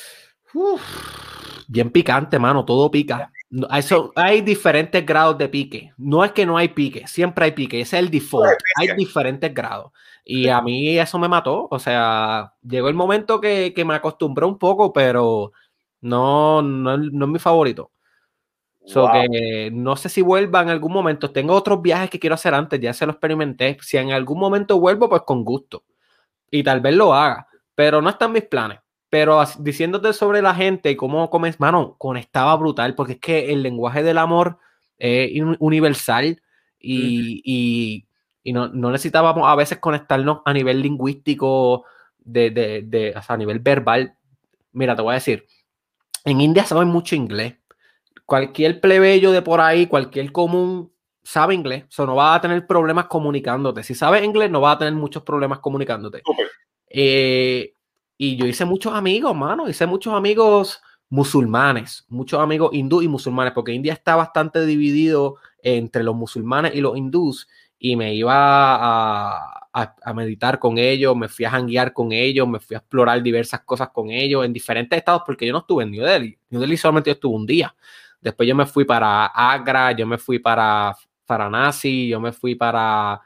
Bien picante, mano, todo pica. Hay diferentes grados de pique. No es que no hay pique, siempre hay pique. Ese es el default. Hay diferentes grados. Y a mí eso me mató. O sea, llegó el momento que me acostumbré un poco, pero no es mi favorito. So que no sé si vuelva en algún momento. Tengo otros viajes que quiero hacer antes, ya se lo experimenté. Si en algún momento vuelvo, pues con gusto. Y tal vez lo haga, pero no están mis planes. Pero diciéndote sobre la gente y cómo comes, mano, conectaba brutal, porque es que el lenguaje del amor es universal y no necesitábamos a veces conectarnos a nivel lingüístico, o sea, a nivel verbal. Mira, te voy a decir, en India saben mucho inglés. Cualquier plebeyo de por ahí, cualquier común sabe inglés, o no va a tener problemas comunicándote. Si sabes inglés, no va a tener muchos problemas comunicándote. Y yo hice muchos amigos, mano. Hice muchos amigos musulmanes, muchos amigos hindú y musulmanes, porque India está bastante dividido entre los musulmanes y los hindús. Y me iba a meditar con ellos, me fui a janguear con ellos, me fui a explorar diversas cosas con ellos en diferentes estados, porque yo no estuve en New Delhi. New Delhi solamente yo estuve un día. Después yo me fui para Agra, yo me fui para Varanasi, yo me fui para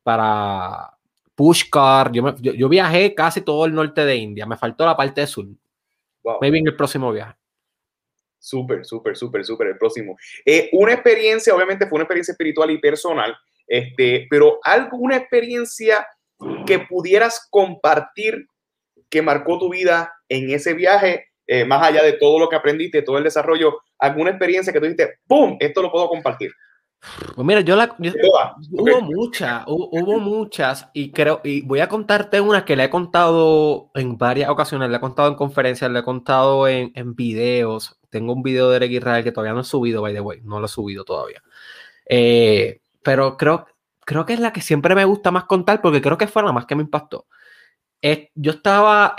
Pushkar. Yo viajé casi todo el norte de India. Me faltó la parte sur. Maybe en el próximo viaje. Súper, el próximo. Una experiencia, obviamente fue una experiencia espiritual y personal, pero alguna experiencia que pudieras compartir que marcó tu vida en ese viaje, más allá de todo lo que aprendiste, todo el desarrollo, alguna experiencia que tú dijiste, ¡pum!, esto lo puedo compartir. Pues mira, hubo muchas y voy a contarte una que le he contado en varias ocasiones, le he contado en conferencias, le he contado en videos. Tengo un video de Eric Israel que todavía no he subido, by the way, no lo he subido todavía. Pero creo que es la que siempre me gusta más contar porque creo que fue la más que me impactó. Yo estaba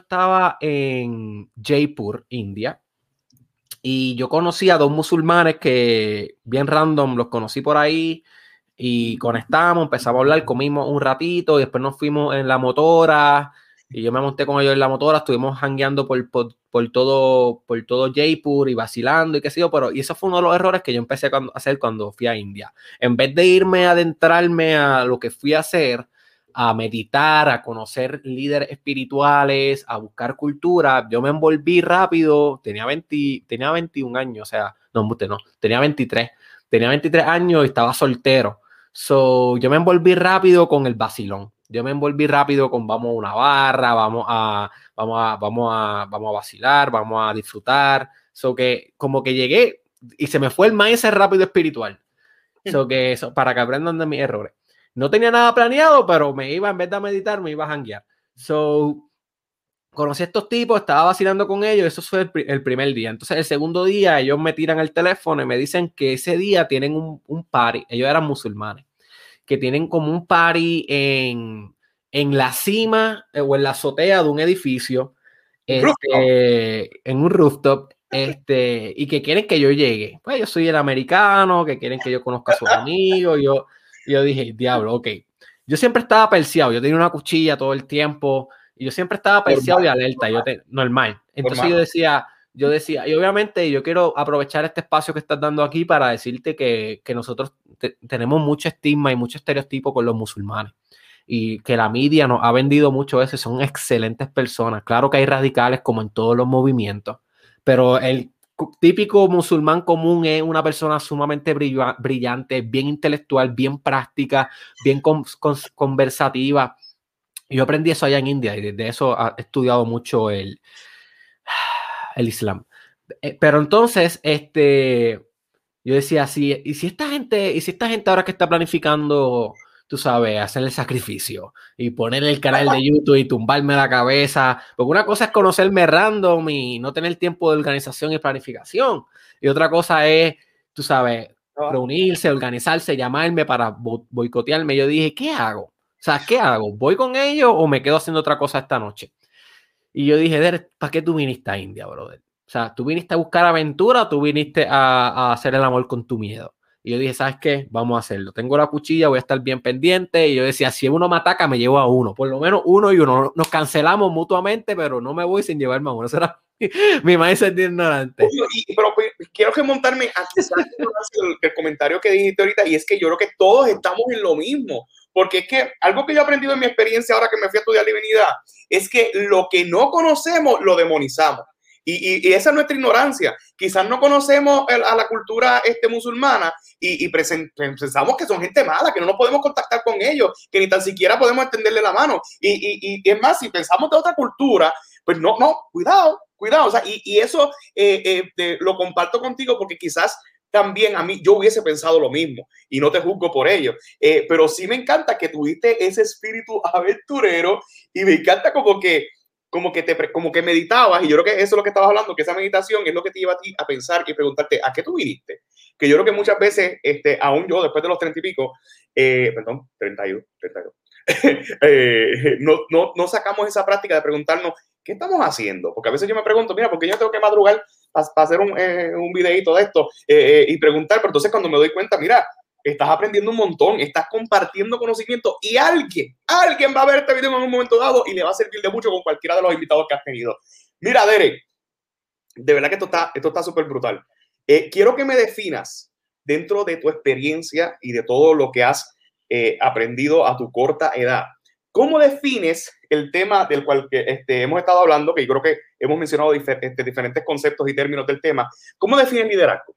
en Jaipur, India. Y yo conocí a dos musulmanes que bien random los conocí por ahí y conectamos, empezamos a hablar, comimos un ratito y después nos fuimos en la motora y yo me monté con ellos en la motora, estuvimos jangueando por todo Jaipur y vacilando y qué sé yo, y eso fue uno de los errores que yo empecé a hacer cuando fui a India. En vez de irme a adentrarme a lo que fui a hacer, a meditar, a conocer líderes espirituales, a buscar cultura, yo me envolví rápido, tenía 21 años, o sea, no, tenía 23 años y estaba soltero. Yo me envolví rápido con el vacilón. Yo me envolví rápido con vamos a una barra, vamos a vacilar, vamos a disfrutar. Que como que llegué y se me fue el mindset rápido espiritual. Para que aprendan de mis errores. No tenía nada planeado, pero me iba, en vez de meditar, me iba a janguear. conocí a estos tipos, estaba vacilando con ellos, eso fue el primer día. Entonces, el segundo día, ellos me tiran el teléfono y me dicen que ese día tienen un party, ellos eran musulmanes, que tienen como un party en la cima o en la azotea de un edificio, en un rooftop, y que quieren que yo llegue. Pues yo soy el americano, que quieren que yo conozca a sus amigos. Yo dije, diablo, ok. Yo siempre estaba perseado, yo tenía una cuchilla todo el tiempo y yo siempre estaba perseado y alerta, normal. Entonces yo decía, y obviamente yo quiero aprovechar este espacio que estás dando aquí para decirte que nosotros tenemos mucho estigma y mucho estereotipo con los musulmanes y que la media nos ha vendido mucho eso, son excelentes personas. Claro que hay radicales como en todos los movimientos, pero el típico musulmán común es una persona sumamente brillante, bien intelectual, bien práctica, bien conversativa. Yo aprendí eso allá en India y desde eso he estudiado mucho el Islam. Pero entonces, yo decía, sí, y si esta gente ahora que está planificando, tú sabes, hacer el sacrificio y poner el canal de YouTube y tumbarme la cabeza, porque una cosa es conocerme random y no tener tiempo de organización y planificación, y otra cosa es, tú sabes, reunirse, organizarse, llamarme para boicotearme. Yo dije, ¿qué hago? O sea, ¿qué hago? ¿Voy con ellos o me quedo haciendo otra cosa esta noche? Y yo dije, Derek, ¿para qué tú viniste a India, brother? O sea, ¿tú viniste a buscar aventura o tú viniste a hacer el amor con tu miedo? Y yo dije, ¿sabes qué? Vamos a hacerlo. Tengo la cuchilla, voy a estar bien pendiente. Y yo decía, si uno me ataca, me llevo a uno. Por lo menos uno y uno. Nos cancelamos mutuamente, pero no me voy sin llevarme a uno. Eso era mi mindset de ignorante. Pero quiero remontarme a quizás el comentario que dijiste ahorita, y es que yo creo que todos estamos en lo mismo. Porque es que algo que yo he aprendido en mi experiencia ahora que me fui a estudiar divinidad es que lo que no conocemos lo demonizamos. Y esa es nuestra ignorancia. Quizás no conocemos a la cultura musulmana y pensamos que son gente mala, que no nos podemos contactar con ellos, que ni tan siquiera podemos extenderle la mano. Y es más, si pensamos de otra cultura, pues no, cuidado. O sea, y eso lo comparto contigo porque quizás también a mí yo hubiese pensado lo mismo y no te juzgo por ello, pero sí me encanta que tuviste ese espíritu aventurero y me encanta como que meditabas, y yo creo que eso es lo que estabas hablando, que esa meditación es lo que te lleva a ti a pensar y preguntarte ¿a qué tú viniste? Que yo creo que muchas veces, aún yo después de los 30 y pico, perdón, 31, no sacamos esa práctica de preguntarnos ¿qué estamos haciendo? Porque a veces yo me pregunto, mira, ¿por qué yo tengo que madrugar para hacer un videito de esto y preguntar? Pero entonces cuando me doy cuenta, mira, estás aprendiendo un montón, estás compartiendo conocimiento y alguien va a ver este video en un momento dado y le va a servir de mucho con cualquiera de los invitados que has tenido. Mira, Derek, de verdad que esto está súper brutal. Quiero que me definas dentro de tu experiencia y de todo lo que has aprendido a tu corta edad. ¿Cómo defines el tema del cual hemos estado hablando, que yo creo que hemos mencionado diferentes conceptos y términos del tema? ¿Cómo defines liderazgo?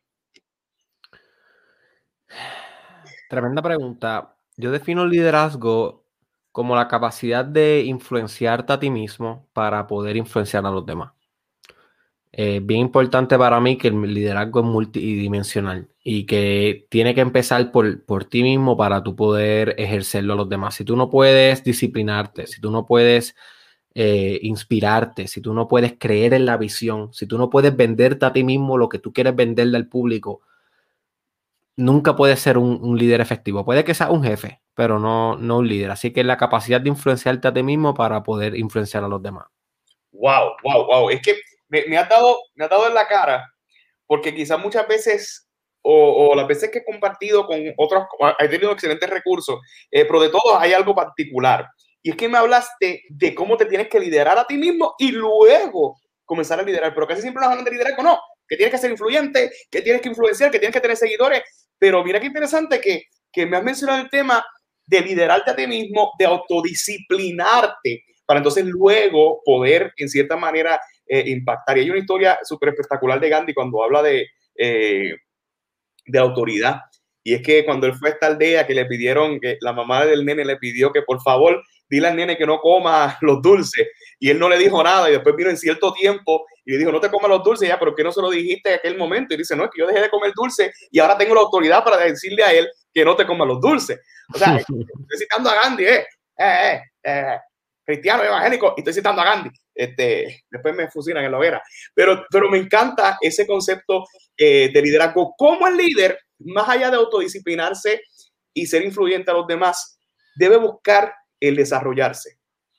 Tremenda pregunta. Yo defino el liderazgo como la capacidad de influenciarte a ti mismo para poder influenciar a los demás. Bien importante para mí que el liderazgo es multidimensional y que tiene que empezar por ti mismo para tú poder ejercerlo a los demás. Si tú no puedes disciplinarte, si tú no puedes inspirarte, si tú no puedes creer en la visión, si tú no puedes venderte a ti mismo lo que tú quieres venderle al público, nunca puedes ser un líder efectivo. Puede que seas un jefe, pero no un líder. Así que la capacidad de influenciarte a ti mismo para poder influenciar a los demás. Wow. Es que me ha dado en la cara, porque quizás muchas veces, o las veces que he compartido con otros, he tenido excelentes recursos, pero de todos hay algo particular. Y es que me hablaste de cómo te tienes que liderar a ti mismo y luego comenzar a liderar. Pero casi siempre nos hablan de liderazgo, no, que tienes que ser influyente, que tienes que influenciar, que tienes que tener seguidores. Pero mira qué interesante que me has mencionado el tema de liderarte a ti mismo, de autodisciplinarte, para entonces luego poder, en cierta manera, impactar. Y hay una historia súper espectacular de Gandhi cuando habla de autoridad. Y es que cuando él fue a esta aldea que le pidieron, que la mamá del nene le pidió que por favor dile al nene que no coma los dulces, y él no le dijo nada, y después vino en cierto tiempo y le dijo, no te comas los dulces, ya, pero ¿qué no se lo dijiste en aquel momento? Y dice, no, es que yo dejé de comer dulce y ahora tengo la autoridad para decirle a él que no te coma los dulces. O sea, estoy citando a Gandhi, cristiano evangélico, y estoy citando a Gandhi. después me fusilan en la hoguera. Pero me encanta ese concepto de liderazgo. ¿Cómo el líder, más allá de autodisciplinarse y ser influyente a los demás, debe buscar el desarrollarse?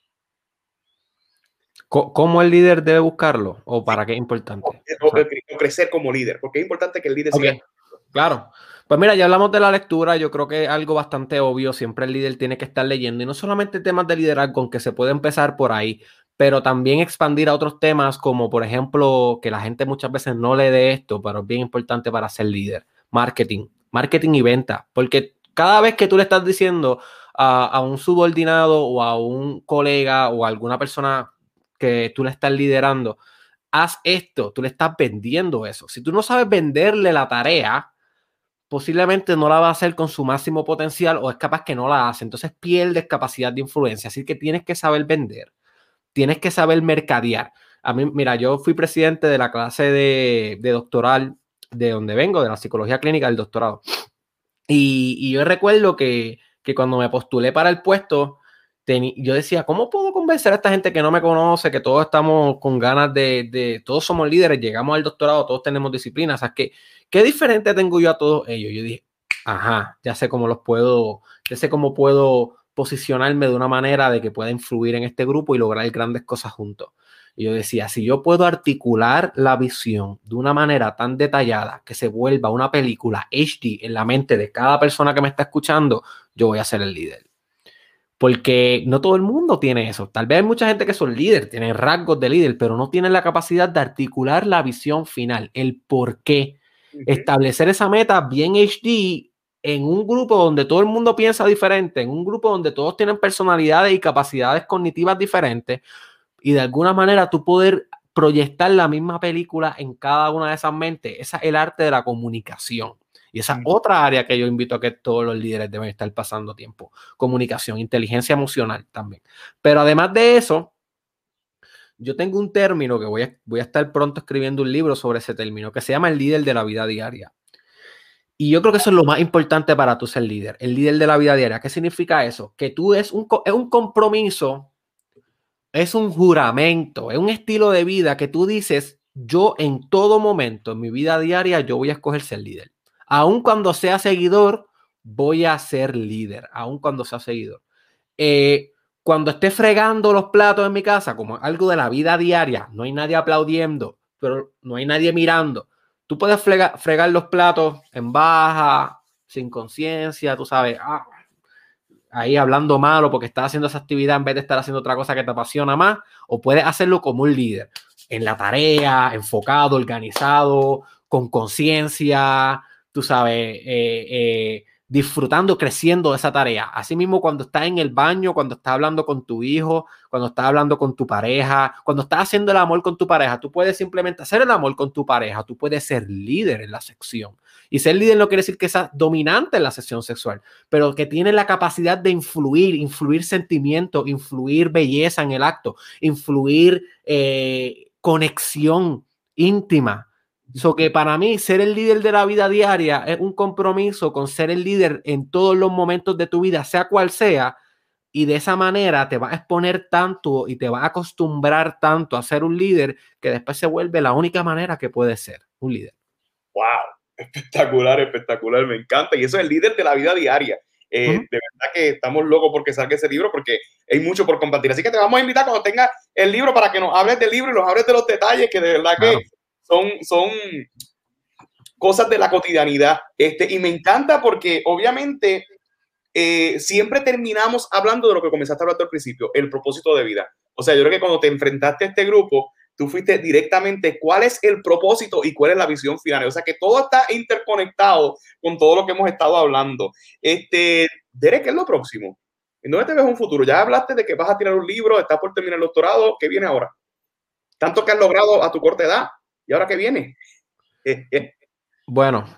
¿Cómo el líder debe buscarlo? ¿O para qué es importante? O crecer como líder, porque es importante que el líder siga. Claro. Pues mira, ya hablamos de la lectura, yo creo que es algo bastante obvio, siempre el líder tiene que estar leyendo, y no solamente temas de liderazgo, aunque se puede empezar por ahí, pero también expandir a otros temas, como por ejemplo, que la gente muchas veces no lee de esto, pero es bien importante para ser líder: marketing y venta, porque cada vez que tú le estás diciendo a un subordinado o a un colega o a alguna persona que tú le estás liderando, haz esto, tú le estás vendiendo eso. Si tú no sabes venderle la tarea, posiblemente no la va a hacer con su máximo potencial, o es capaz que no la hace. Entonces pierdes capacidad de influencia. Así que tienes que saber vender, tienes que saber mercadear. A mí, mira, yo fui presidente de la clase de doctoral de donde vengo, de la psicología clínica del doctorado. Y yo recuerdo que cuando me postulé para el puesto, yo decía, ¿cómo puedo convencer a esta gente que no me conoce, que todos estamos con ganas todos somos líderes, llegamos al doctorado, todos tenemos disciplina? O sea, ¿qué diferente tengo yo a todos ellos? Yo dije, ajá, ya sé cómo puedo posicionarme de una manera de que pueda influir en este grupo y lograr grandes cosas juntos. Y yo decía, si yo puedo articular la visión de una manera tan detallada que se vuelva una película HD en la mente de cada persona que me está escuchando, yo voy a ser el líder. Porque no todo el mundo tiene eso. Tal vez hay mucha gente que son líder, tienen rasgos de líder, pero no tienen la capacidad de articular la visión final, el por qué. Establecer esa meta bien HD en un grupo donde todo el mundo piensa diferente, en un grupo donde todos tienen personalidades y capacidades cognitivas diferentes, y de alguna manera tú poder proyectar la misma película en cada una de esas mentes. Esa es el arte de la comunicación. Y esa es otra área que yo invito a que todos los líderes deben estar pasando tiempo. Comunicación, inteligencia emocional también. Pero además de eso, yo tengo un término que voy a estar pronto escribiendo un libro sobre ese término, que se llama el líder de la vida diaria. Y yo creo que eso es lo más importante para tú ser líder, el líder de la vida diaria. ¿Qué significa eso? Que tú es un compromiso, es un juramento, es un estilo de vida que tú dices, yo en todo momento, en mi vida diaria, yo voy a escoger ser líder. Aun cuando sea seguidor, voy a ser líder, aun cuando sea seguidor. Cuando esté fregando los platos en mi casa, como algo de la vida diaria, no hay nadie aplaudiendo, pero no hay nadie mirando. Tú puedes fregar los platos en baja, sin conciencia, tú sabes, ahí hablando malo porque estás haciendo esa actividad en vez de estar haciendo otra cosa que te apasiona más, o puedes hacerlo como un líder, en la tarea, enfocado, organizado, con conciencia, tú sabes, disfrutando, creciendo de esa tarea. Asimismo, cuando estás en el baño, cuando estás hablando con tu hijo, cuando estás hablando con tu pareja, cuando estás haciendo el amor con tu pareja, tú puedes simplemente hacer el amor con tu pareja, tú puedes ser líder en la sección. Y ser líder no quiere decir que seas dominante en la sesión sexual, pero que tiene la capacidad de influir sentimientos, influir belleza en el acto, influir conexión íntima. So que para mí ser el líder de la vida diaria es un compromiso con ser el líder en todos los momentos de tu vida, sea cual sea, y de esa manera te vas a exponer tanto y te vas a acostumbrar tanto a ser un líder que después se vuelve la única manera que puedes ser un líder. ¡Wow! Espectacular, espectacular, me encanta. Y eso es el líder de la vida diaria. De verdad que estamos locos porque salga ese libro, porque hay mucho por compartir. Así que te vamos a invitar cuando tengas el libro para que nos hables del libro y nos hables de los detalles, que de verdad que son cosas de la cotidianidad. Y me encanta porque obviamente siempre terminamos hablando de lo que comenzaste a hablar al principio, el propósito de vida. O sea, yo creo que cuando te enfrentaste a este grupo, tú fuiste directamente cuál es el propósito y cuál es la visión final. O sea, que todo está interconectado con todo lo que hemos estado hablando. Derek, ¿qué es lo próximo? ¿En dónde te ves un futuro? Ya hablaste de que vas a tirar un libro, estás por terminar el doctorado. ¿Qué viene ahora? Tanto que has logrado a tu corta edad. ¿Y ahora qué viene? Bueno,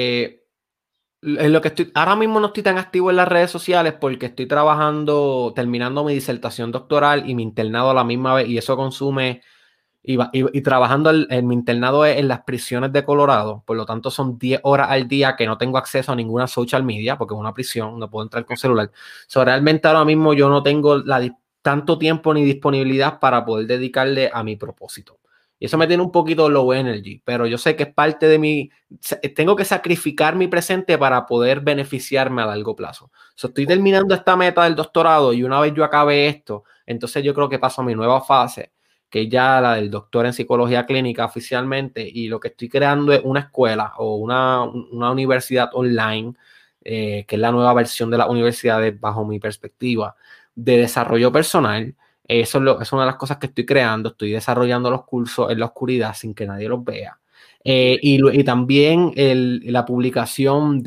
en lo que ahora mismo no estoy tan activo en las redes sociales porque estoy terminando mi disertación doctoral y mi internado a la misma vez, y eso consume, y trabajando en mi internado en las prisiones de Colorado, por lo tanto son 10 horas al día que no tengo acceso a ninguna social media porque es una prisión, no puedo entrar con celular. So, realmente ahora mismo yo no tengo tanto tiempo ni disponibilidad para poder dedicarle a mi propósito. Y eso me tiene un poquito low energy, pero yo sé que es parte de tengo que sacrificar mi presente para poder beneficiarme a largo plazo. Estoy terminando esta meta del doctorado y una vez yo acabe esto, entonces yo creo que paso a mi nueva fase, que es ya la del doctor en psicología clínica oficialmente, y lo que estoy creando es una escuela o una universidad online, que es la nueva versión de las universidades bajo mi perspectiva, de desarrollo personal. Es una de las cosas que estoy creando. Estoy desarrollando los cursos en la oscuridad sin que nadie los vea. Y también la publicación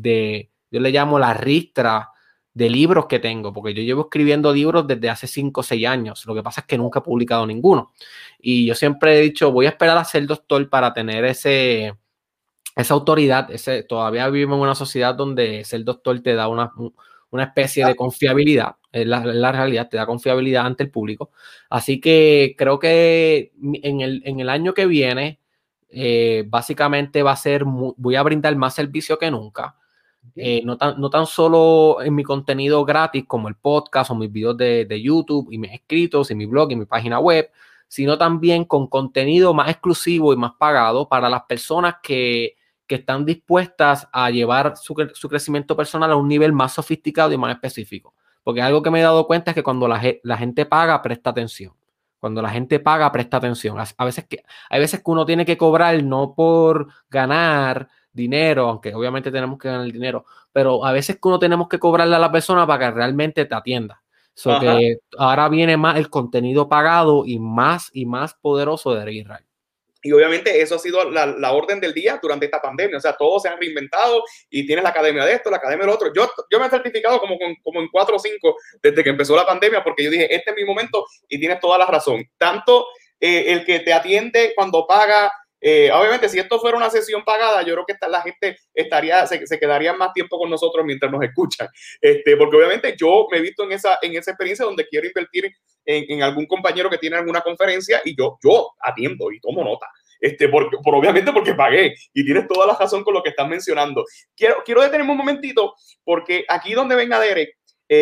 yo le llamo la ristra de libros que tengo, porque yo llevo escribiendo libros desde hace 5 o 6 años. Lo que pasa es que nunca he publicado ninguno. Y yo siempre he dicho, voy a esperar a ser doctor para tener esa autoridad. Todavía vivimos en una sociedad donde ser doctor te da una especie de confiabilidad. La realidad te da confiabilidad ante el público. Así que creo que en el año que viene, básicamente voy a brindar más servicio que nunca. No tan solo en mi contenido gratis como el podcast o mis videos de YouTube y mis escritos y mi blog y mi página web, sino también con contenido más exclusivo y más pagado para las personas que están dispuestas a llevar su crecimiento personal a un nivel más sofisticado y más específico. Porque algo que me he dado cuenta es que cuando la gente paga, presta atención. Cuando la gente paga, presta atención. Hay veces que uno tiene que cobrar no por ganar dinero, aunque obviamente tenemos que ganar dinero, pero a veces que uno tenemos que cobrarle a la persona para que realmente te atienda. Que ahora viene más el contenido pagado y más poderoso de Eric Israel. Y obviamente eso ha sido la orden del día durante esta pandemia. O sea, todos se han reinventado y tienes la academia de esto, la academia de lo otro. Yo me he certificado como en 4 o 5 desde que empezó la pandemia, porque yo dije, este es mi momento, y tienes toda la razón. Tanto el que te atiende cuando paga, obviamente si esto fuera una sesión pagada, yo creo que la gente se quedaría más tiempo con nosotros mientras nos escuchan. Porque obviamente yo me he visto en esa experiencia donde quiero invertir en algún compañero que tiene alguna conferencia y yo atiendo y tomo nota. Obviamente porque pagué, y tienes toda la razón con lo que estás mencionando. Quiero detenerme un momentito, porque aquí donde venga Derek,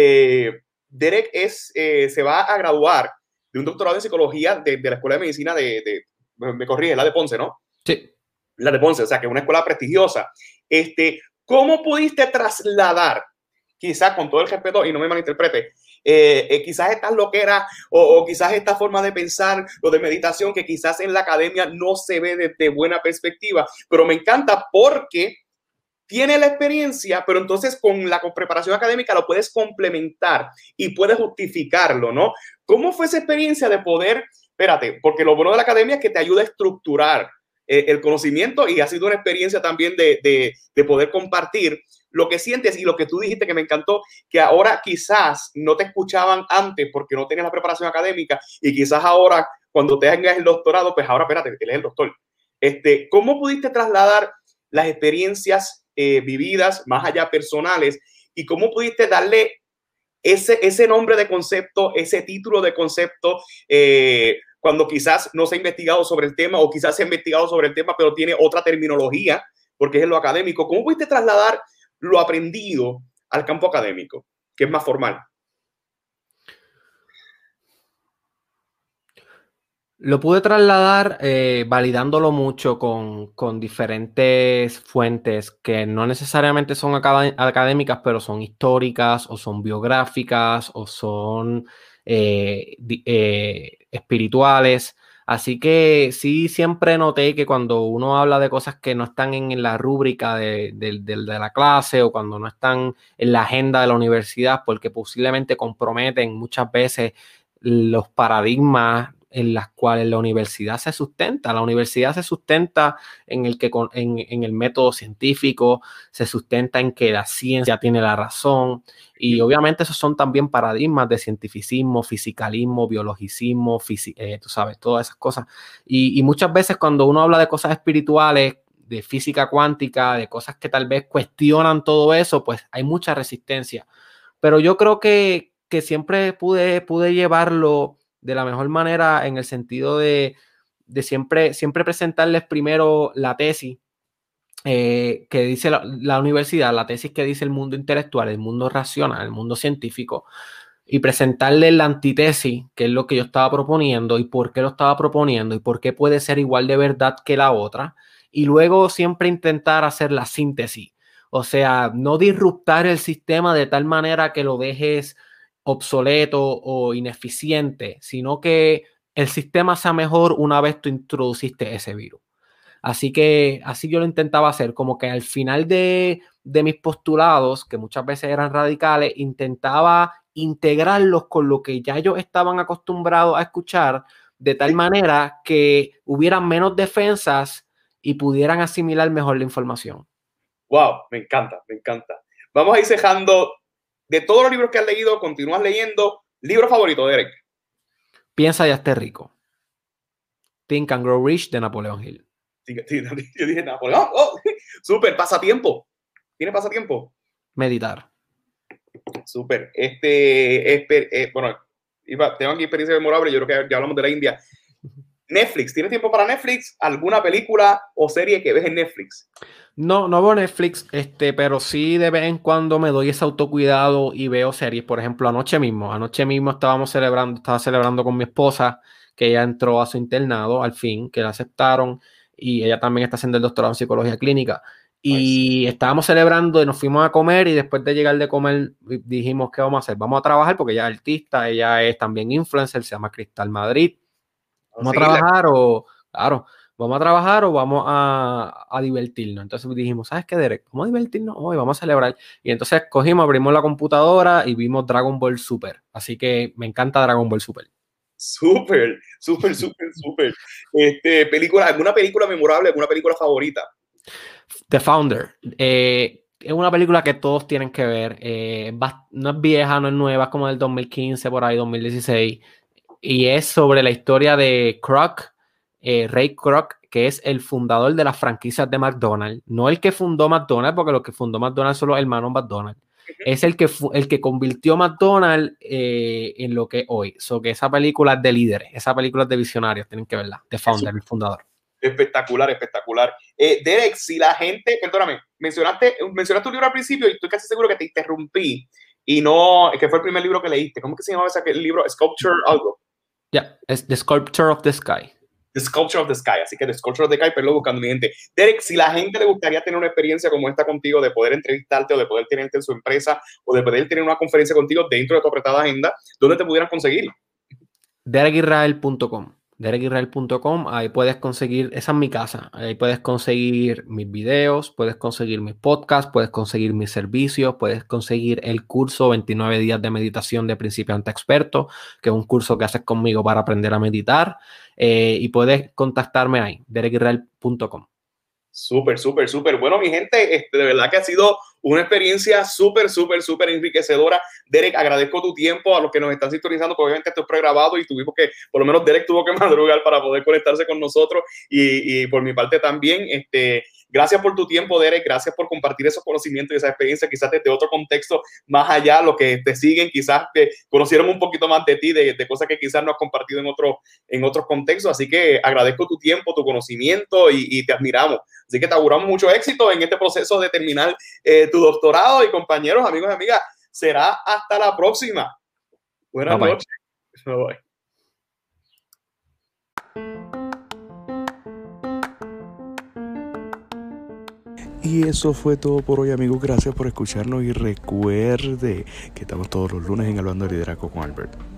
Derek se va a graduar de un doctorado en psicología de la Escuela de Medicina me corrige, la de Ponce, ¿no? Sí. La de Ponce, o sea, que es una escuela prestigiosa. ¿Cómo pudiste trasladar, quizás con todo el respeto y no me malinterprete, quizás estas loqueras o quizás esta forma de pensar o de meditación que quizás en la academia no se ve desde buena perspectiva, pero me encanta porque tiene la experiencia, pero entonces con la preparación académica lo puedes complementar y puedes justificarlo, ¿no? ¿Cómo fue esa experiencia de poder, espérate, porque lo bueno de la academia es que te ayuda a estructurar el conocimiento, y ha sido una experiencia también de poder compartir lo que sientes y lo que tú dijiste que me encantó, que ahora quizás no te escuchaban antes porque no tenías la preparación académica, y quizás ahora cuando tengas el doctorado, pues ahora espérate, él es el doctor. ¿Cómo pudiste trasladar las experiencias vividas más allá personales, y cómo pudiste darle ese nombre de concepto, ese título de concepto, cuando quizás no se ha investigado sobre el tema, o quizás se ha investigado sobre el tema pero tiene otra terminología porque es en lo académico? ¿Cómo pudiste trasladar lo aprendido al campo académico, que es más formal? Lo pude trasladar validándolo mucho con diferentes fuentes que no necesariamente son académicas, pero son históricas o son biográficas o son espirituales. Así que sí, siempre noté que cuando uno habla de cosas que no están en la rúbrica de la clase, o cuando no están en la agenda de la universidad, porque posiblemente comprometen muchas veces los paradigmas en las cuales la universidad se sustenta. La universidad se sustenta en el método científico, se sustenta en que la ciencia tiene la razón, y obviamente esos son también paradigmas de cientificismo, fisicalismo, biologicismo, tú sabes, todas esas cosas. Y muchas veces cuando uno habla de cosas espirituales, de física cuántica, de cosas que tal vez cuestionan todo eso, pues hay mucha resistencia. Pero yo creo que siempre pude llevarlo de la mejor manera, en el sentido de siempre presentarles primero la tesis que dice la universidad, la tesis que dice el mundo intelectual, el mundo racional, el mundo científico. y presentarle la antítesis, que es lo que yo estaba proponiendo y por qué lo estaba proponiendo y por qué puede ser igual de verdad que la otra, y luego siempre intentar hacer la síntesis. O sea, no disruptar el sistema de tal manera que lo dejes obsoleto o ineficiente, sino que el sistema sea mejor una vez tú introduciste ese virus. Así que así yo lo intentaba hacer, como que al final de mis postulados, que muchas veces eran radicales, intentaba integrarlos con lo que ya ellos estaban acostumbrados a escuchar, de tal manera que hubieran menos defensas y pudieran asimilar mejor la información. Wow, me encanta, me encanta. Vamos a ir cejando. De todos los libros que has leído, continúas leyendo. ¿Libro favorito, Derek? Piensa y hazte rico. Think and Grow Rich de Napoleon Hill. Yo dije Napoleón. Oh, súper, pasatiempo. ¿Tiene pasatiempo? Meditar. Súper. Bueno, tengo aquí experiencia memorable. Yo creo que ya hablamos de la India. Netflix, ¿tienes tiempo para Netflix? ¿Alguna película o serie que ves en Netflix? No veo Netflix, pero sí de vez en cuando me doy ese autocuidado y veo series. Por ejemplo, anoche mismo estaba celebrando con mi esposa, que ella entró a su internado al fin, que la aceptaron, y ella también está haciendo el doctorado en psicología clínica. Y estábamos celebrando y nos fuimos a comer, y después de llegar de comer dijimos, ¿qué vamos a hacer? Vamos a trabajar, porque ella es artista, ella es también influencer, se llama Cristal Madrid. ¿Vamos a trabajar vamos a trabajar o vamos a divertirnos? Entonces dijimos, ¿sabes qué, Derek? Vamos a divertirnos hoy, vamos a celebrar. Y entonces abrimos la computadora y vimos Dragon Ball Super. Así que me encanta Dragon Ball Super. Súper. ¿Alguna película memorable, alguna película favorita? The Founder. Es una película que todos tienen que ver. No es vieja, no es nueva, es como del 2015, por ahí, 2016. Y es sobre la historia de Kroc, Ray Kroc, que es el fundador de las franquicias de McDonald's. No el que fundó McDonald's, porque los que fundó McDonald's son los hermanos McDonald's. Es el que convirtió McDonald's en lo que es hoy. Que esa película es de líderes, esa película es de visionarios, tienen que verla. The Founder, el fundador. Espectacular. Derek, si la gente, perdóname, mencionaste un libro al principio y estoy casi seguro que te interrumpí y no, que fue el primer libro que leíste. ¿Cómo que se llamaba ese libro? Sculpture algo. Ya, es The Sculpture of the Sky. The Sculpture of the Sky, así que The Sculpture of the Sky, pero buscando mi gente. Derek, si la gente le gustaría tener una experiencia como esta contigo, de poder entrevistarte o de poder tenerte en su empresa o de poder tener una conferencia contigo dentro de tu apretada agenda, ¿dónde te pudieran conseguir? DerekIsrael.com. DerekIsrael.com, ahí puedes conseguir, esa es mi casa, ahí puedes conseguir mis videos, puedes conseguir mis podcasts, puedes conseguir mis servicios, puedes conseguir el curso 29 días de meditación de principiante a experto, que es un curso que haces conmigo para aprender a meditar, y puedes contactarme ahí, DerekIsrael.com. Súper. Bueno, mi gente, de verdad que ha sido una experiencia súper enriquecedora. Derek, agradezco tu tiempo a los que nos están sintonizando, porque obviamente esto es pregrabado y por lo menos Derek tuvo que madrugar para poder conectarse con nosotros y por mi parte también, gracias por tu tiempo, Derek, gracias por compartir esos conocimientos y esa experiencia, quizás desde otro contexto más allá, los que te siguen, quizás que conocieron un poquito más de ti, de cosas que quizás no has compartido en otros contextos, así que agradezco tu tiempo, tu conocimiento y te admiramos. Así que te auguramos mucho éxito en este proceso de terminar tu doctorado y compañeros, amigos y amigas, será hasta la próxima. Buenas noches. Bye. Y eso fue todo por hoy, amigos. Gracias por escucharnos y recuerde que estamos todos los lunes en Hablando de Liderazgo con Albert.